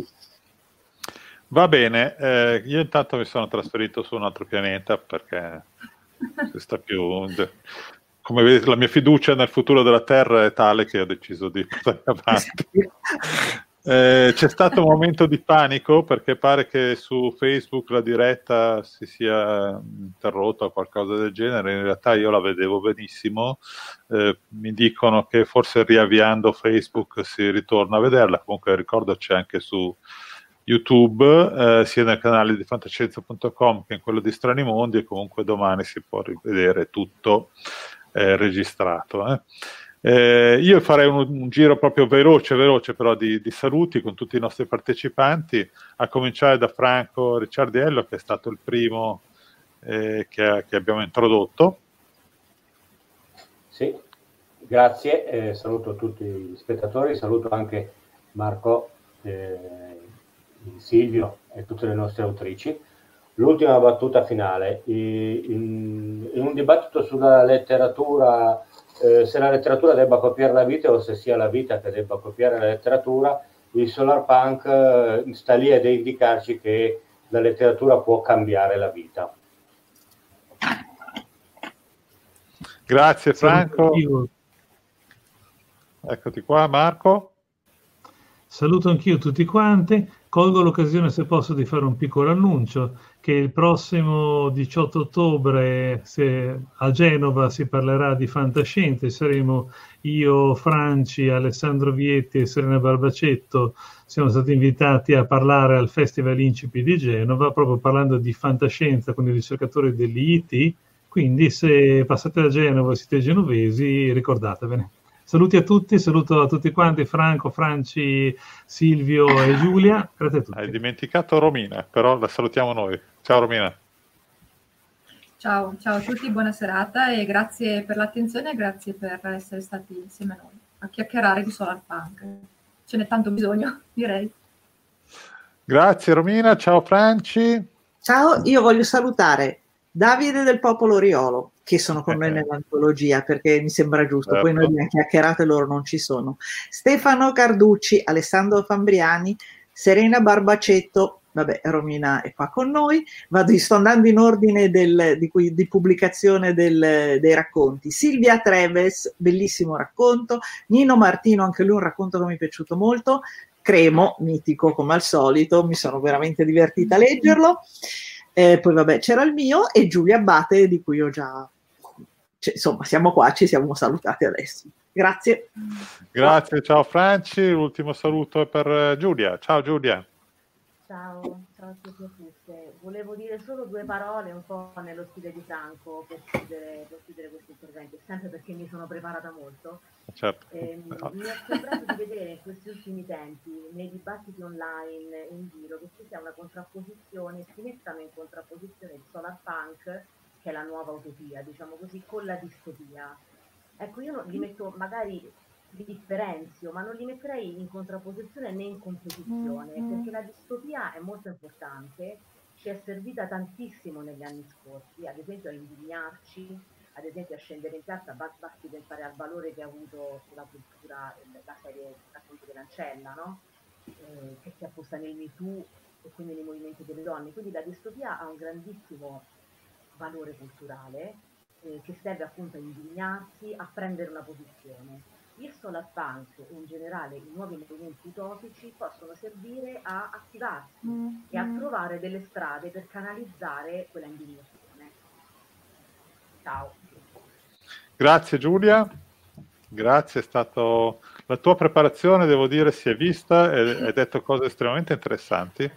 Va bene, io intanto mi sono trasferito su un altro pianeta perché si sta più... Come vedete, la mia fiducia nel futuro della Terra è tale che ho deciso di portare avanti. C'è stato un momento di panico perché pare che su Facebook la diretta si sia interrotta o qualcosa del genere. In realtà io la vedevo benissimo. Mi dicono che forse riavviando Facebook si ritorna a vederla. Comunque ricordo c'è anche su YouTube, sia nel canale di fantascienza.com che in quello di Strani Mondi, e comunque domani si può rivedere tutto registrato. Io farei un giro proprio veloce però di saluti con tutti i nostri partecipanti, a cominciare da Franco Ricciardiello, che è stato il primo che abbiamo introdotto. Sì, grazie, saluto tutti gli spettatori, saluto anche Marco, Silvio e tutte le nostre autrici. L'ultima battuta finale, in un dibattito sulla letteratura, se la letteratura debba copiare la vita o se sia la vita che debba copiare la letteratura, il solar punk sta lì ad indicarci che la letteratura può cambiare la vita. Grazie Franco. Eccoti qua, Marco. Saluto anch'io tutti quanti, colgo l'occasione, se posso, di fare un piccolo annuncio, che il prossimo 18 ottobre a Genova si parlerà di fantascienza, saremo io, Franci, Alessandro Vietti e Serena Barbacetto, siamo stati invitati a parlare al Festival Incipi di Genova, proprio parlando di fantascienza con i ricercatori dell'IIT, quindi se passate da Genova e siete genovesi, ricordatevene. Saluti a tutti, saluto a tutti quanti, Franco, Franci, Silvio e Giulia. Grazie a tutti. Hai dimenticato Romina, però la salutiamo noi. Ciao Romina. Ciao a tutti, buona serata e grazie per l'attenzione e grazie per essere stati insieme a noi a chiacchierare di solar punk. Ce n'è tanto bisogno, direi. Grazie Romina, ciao Franci. Ciao, io voglio salutare Davide del Popolo Riolo, che sono con noi nell'antologia, perché mi sembra giusto, certo. Poi noi abbiamo chiacchierato e loro non ci sono. Stefano Carducci, Alessandro Fambriani, Serena Barbacetto, vabbè, Romina è qua con noi, sto andando in ordine di pubblicazione dei racconti. Silvia Treves, bellissimo racconto, Nino Martino, anche lui un racconto che mi è piaciuto molto, Cremo, mitico come al solito, mi sono veramente divertita a leggerlo. Poi vabbè c'era il mio e Giulia Abbate, di cui ho già, insomma siamo qua, ci siamo salutati adesso. Grazie, ciao Franci, l'ultimo saluto è per Giulia. Ciao Giulia. Ciao a tutti e a tutte. Volevo dire solo due parole un po' nello stile di Franco per chiudere questo intervento, sempre perché mi sono preparata molto. Certo. Mi è sembrato di vedere in questi ultimi tempi, nei dibattiti online in giro, che ci sia una contrapposizione, si mettano in contrapposizione il solar punk, che è la nuova utopia, diciamo così, con la distopia. Ecco, io li metto magari... li differenzio, ma non li metterei in contrapposizione né in competizione, perché la distopia è molto importante, ci è servita tantissimo negli anni scorsi, ad esempio a indignarci, ad esempio a scendere in piazza, basti pensare al valore che ha avuto sulla cultura la serie appunto dell'Ancella, no? Che si apposta nel Me Too e quindi nei movimenti delle donne, quindi la distopia ha un grandissimo valore culturale che serve appunto a indignarsi, a prendere una posizione. Il solar punk e in generale i nuovi movimenti utopici possono servire a attivarsi e a trovare delle strade per canalizzare quella indignazione. Ciao. Grazie Giulia, grazie, è stato... la tua preparazione, devo dire, si è vista e hai detto cose estremamente interessanti,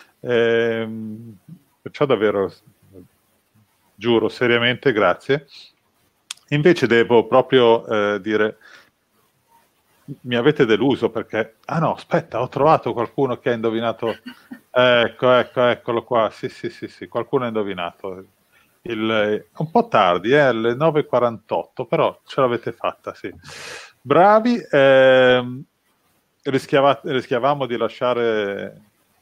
perciò davvero, giuro, seriamente grazie. Invece devo proprio dire... mi avete deluso perché, no, aspetta, ho trovato qualcuno che ha indovinato, eccolo qua, sì, qualcuno ha indovinato, un po' tardi, alle 9:48, però ce l'avete fatta, sì. Bravi, rischiavamo di lasciare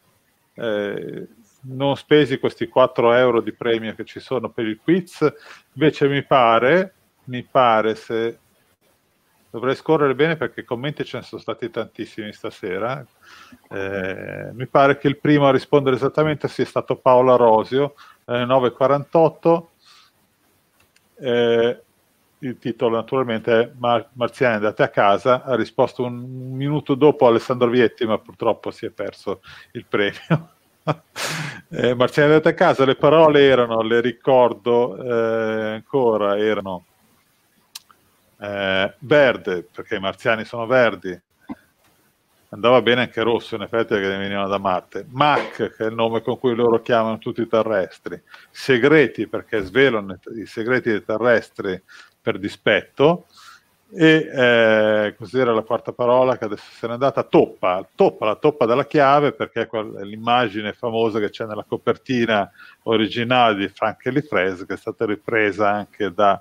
non spesi questi 4 euro di premio che ci sono per il quiz, invece mi pare se... dovrei scorrere bene perché i commenti ce ne sono stati tantissimi stasera. Mi pare che il primo a rispondere esattamente sia stato Paolo Arosio, 9:48. Il titolo naturalmente è Marziani andate a casa. Ha risposto un minuto dopo Alessandro Vietti, ma purtroppo si è perso il premio. Marziani andate a casa, le parole erano, le ricordo ancora, erano verde, perché i marziani sono verdi, andava bene anche rosso in effetti perché venivano da Marte, Mac, che è il nome con cui loro chiamano tutti i terrestri, segreti perché svelano i segreti dei terrestri per dispetto, e cos'era la quarta parola che adesso se n'è andata, la toppa della chiave, perché è l'immagine famosa che c'è nella copertina originale di Frank Elifres, che è stata ripresa anche da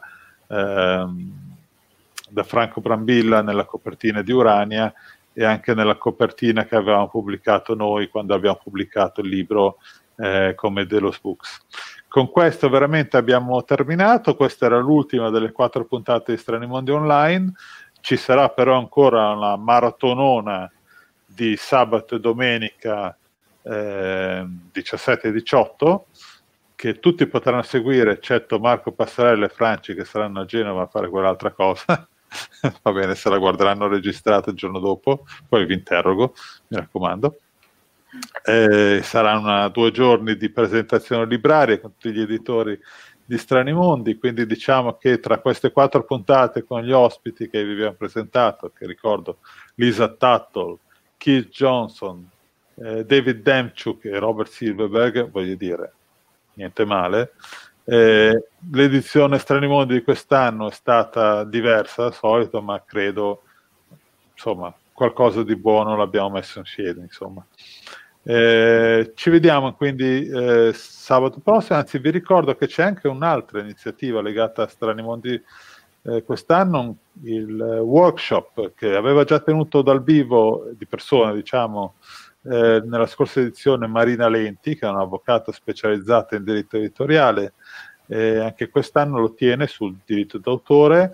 Franco Brambilla nella copertina di Urania e anche nella copertina che avevamo pubblicato noi quando abbiamo pubblicato il libro come Delos Books. Con questo veramente abbiamo terminato, questa era l'ultima delle 4 puntate di Strani Mondi Online, ci sarà però ancora una maratonona di sabato e domenica 17 e 18, che tutti potranno seguire, eccetto Marco Passarella e Franci che saranno a Genova a fare quell'altra cosa. Va bene, se la guarderanno registrata il giorno dopo, poi vi interrogo, mi raccomando. Saranno 2 giorni di presentazione libraria con tutti gli editori di Strani Mondi, quindi diciamo che tra queste 4 puntate con gli ospiti che vi abbiamo presentato, che ricordo Lisa Tuttle, Keith Johnson, David Demchuk e Robert Silverberg, voglio dire, niente male. L'edizione Strani Mondi di quest'anno è stata diversa dal solito, ma credo insomma qualcosa di buono l'abbiamo messo in piedi, insomma. Ci vediamo quindi sabato prossimo, anzi vi ricordo che c'è anche un'altra iniziativa legata a Strani Mondi quest'anno, il workshop che aveva già tenuto dal vivo di persona, diciamo, nella scorsa edizione Marina Lenti, che è un'avvocata specializzata in diritto editoriale, anche quest'anno lo tiene sul diritto d'autore.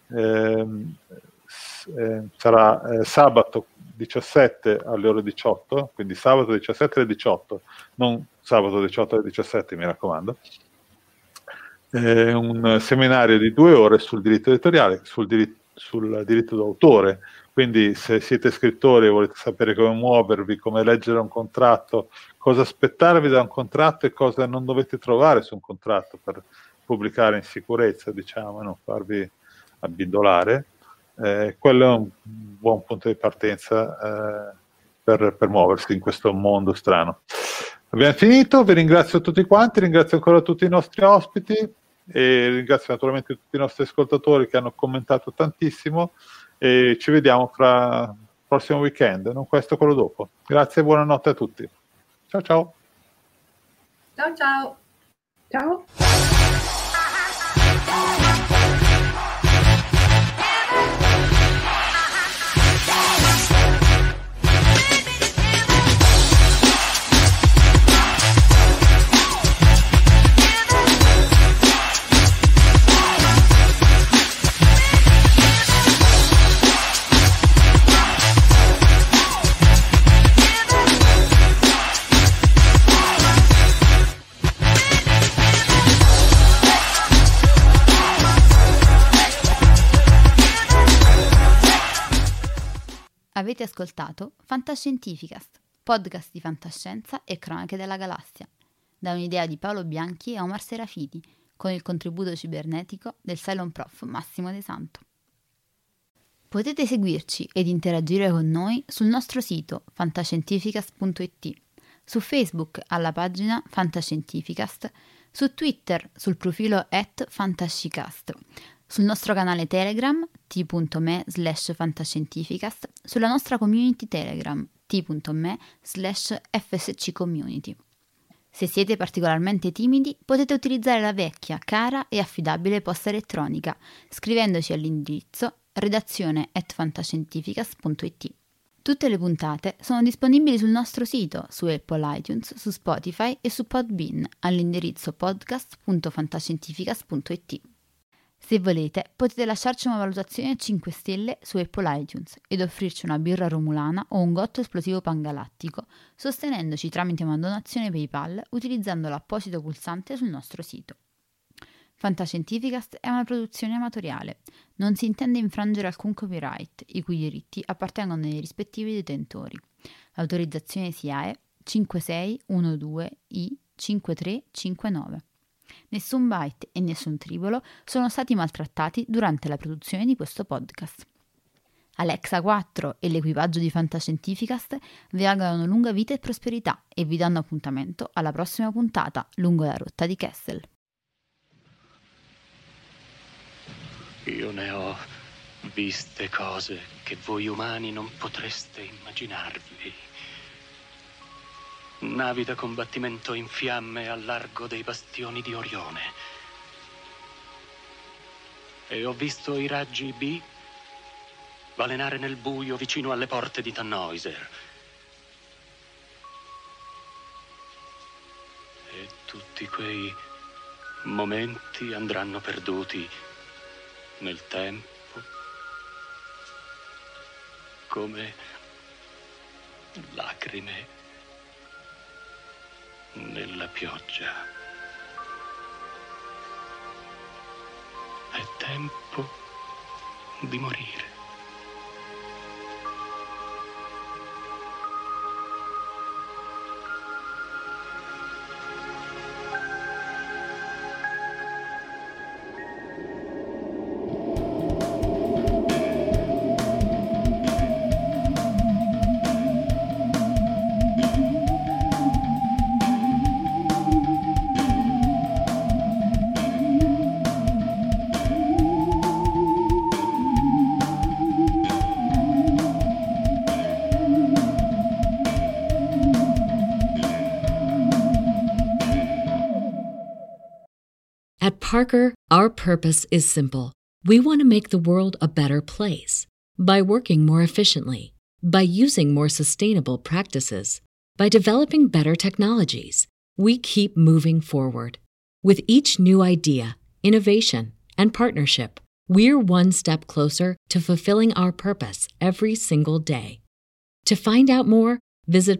Sarà sabato 17 alle ore 18, quindi sabato 17 alle 18, non sabato 18 alle 17, mi raccomando. Un seminario di 2 ore sul diritto editoriale, sul diritto d'autore. Quindi se siete scrittori e volete sapere come muovervi, come leggere un contratto, cosa aspettarvi da un contratto e cosa non dovete trovare su un contratto per pubblicare in sicurezza, diciamo, e non farvi abbindolare, quello è un buon punto di partenza per muoversi in questo mondo strano. Abbiamo finito, vi ringrazio tutti quanti, ringrazio ancora tutti i nostri ospiti e ringrazio naturalmente tutti i nostri ascoltatori che hanno commentato tantissimo e ci vediamo fra il prossimo weekend, non questo, quello dopo. Grazie e buonanotte a tutti. Ciao ciao. Ciao ciao. Ciao. Avete ascoltato Fantascientificast, podcast di fantascienza e cronache della galassia, da un'idea di Paolo Bianchi e Omar Serafiti, con il contributo cibernetico del Cylon Prof Massimo De Santo. Potete seguirci ed interagire con noi sul nostro sito fantascientificast.it, su Facebook alla pagina Fantascientificast, su Twitter sul profilo @fantascicast, sul nostro canale Telegram t.me/fantascientificast, sulla nostra community Telegram t.me/fsccommunity. Se siete particolarmente timidi, potete utilizzare la vecchia, cara e affidabile posta elettronica, scrivendoci all'indirizzo redazione@fantascientificast.it. Tutte le puntate sono disponibili sul nostro sito, su Apple iTunes, su Spotify e su Podbean, all'indirizzo podcast.fantascientificast.it. Se volete, potete lasciarci una valutazione a 5 stelle su Apple iTunes ed offrirci una birra romulana o un gotto esplosivo pangalattico, sostenendoci tramite una donazione PayPal utilizzando l'apposito pulsante sul nostro sito. Fantascientificast è una produzione amatoriale. Non si intende infrangere alcun copyright, i cui diritti appartengono ai rispettivi detentori. L'autorizzazione SIAE 5612I5359. Nessun byte e nessun tribolo sono stati maltrattati durante la produzione di questo podcast. Alexa 4 e l'equipaggio di Fantascientificast vi augurano lunga vita e prosperità e vi danno appuntamento alla prossima puntata lungo la rotta di Kessel. Io ne ho viste cose che voi umani non potreste immaginarvi. Navi da combattimento in fiamme al largo dei bastioni di Orione. E ho visto i raggi B balenare nel buio vicino alle porte di Tannhäuser. E tutti quei momenti andranno perduti nel tempo, come lacrime nella pioggia. È tempo di morire. At Parker, our purpose is simple. We want to make the world a better place by working more efficiently, by using more sustainable practices, by developing better technologies. We keep moving forward. With each new idea, innovation, and partnership, we're one step closer to fulfilling our purpose every single day. To find out more, visit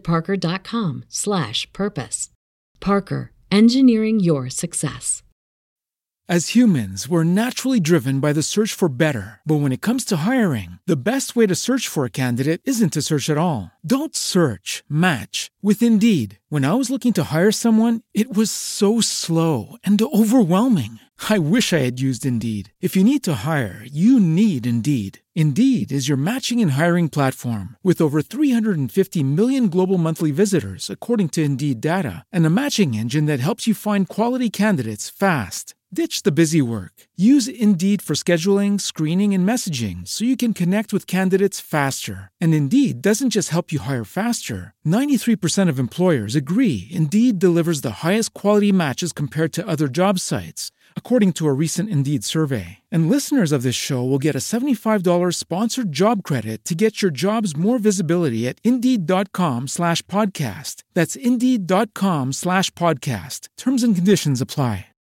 parker.com/purpose. Parker, engineering your success. As humans, we're naturally driven by the search for better. But when it comes to hiring, the best way to search for a candidate isn't to search at all. Don't search, match with Indeed. When I was looking to hire someone, it was so slow and overwhelming. I wish I had used Indeed. If you need to hire, you need Indeed. Indeed is your matching and hiring platform with over 350 million global monthly visitors, according to Indeed data, and a matching engine that helps you find quality candidates fast. Ditch the busy work. Use Indeed for scheduling, screening, and messaging so you can connect with candidates faster. And Indeed doesn't just help you hire faster. 93% of employers agree Indeed delivers the highest quality matches compared to other job sites, according to a recent Indeed survey. And listeners of this show will get a $75 sponsored job credit to get your jobs more visibility at Indeed.com/podcast. That's Indeed.com/podcast. Terms and conditions apply.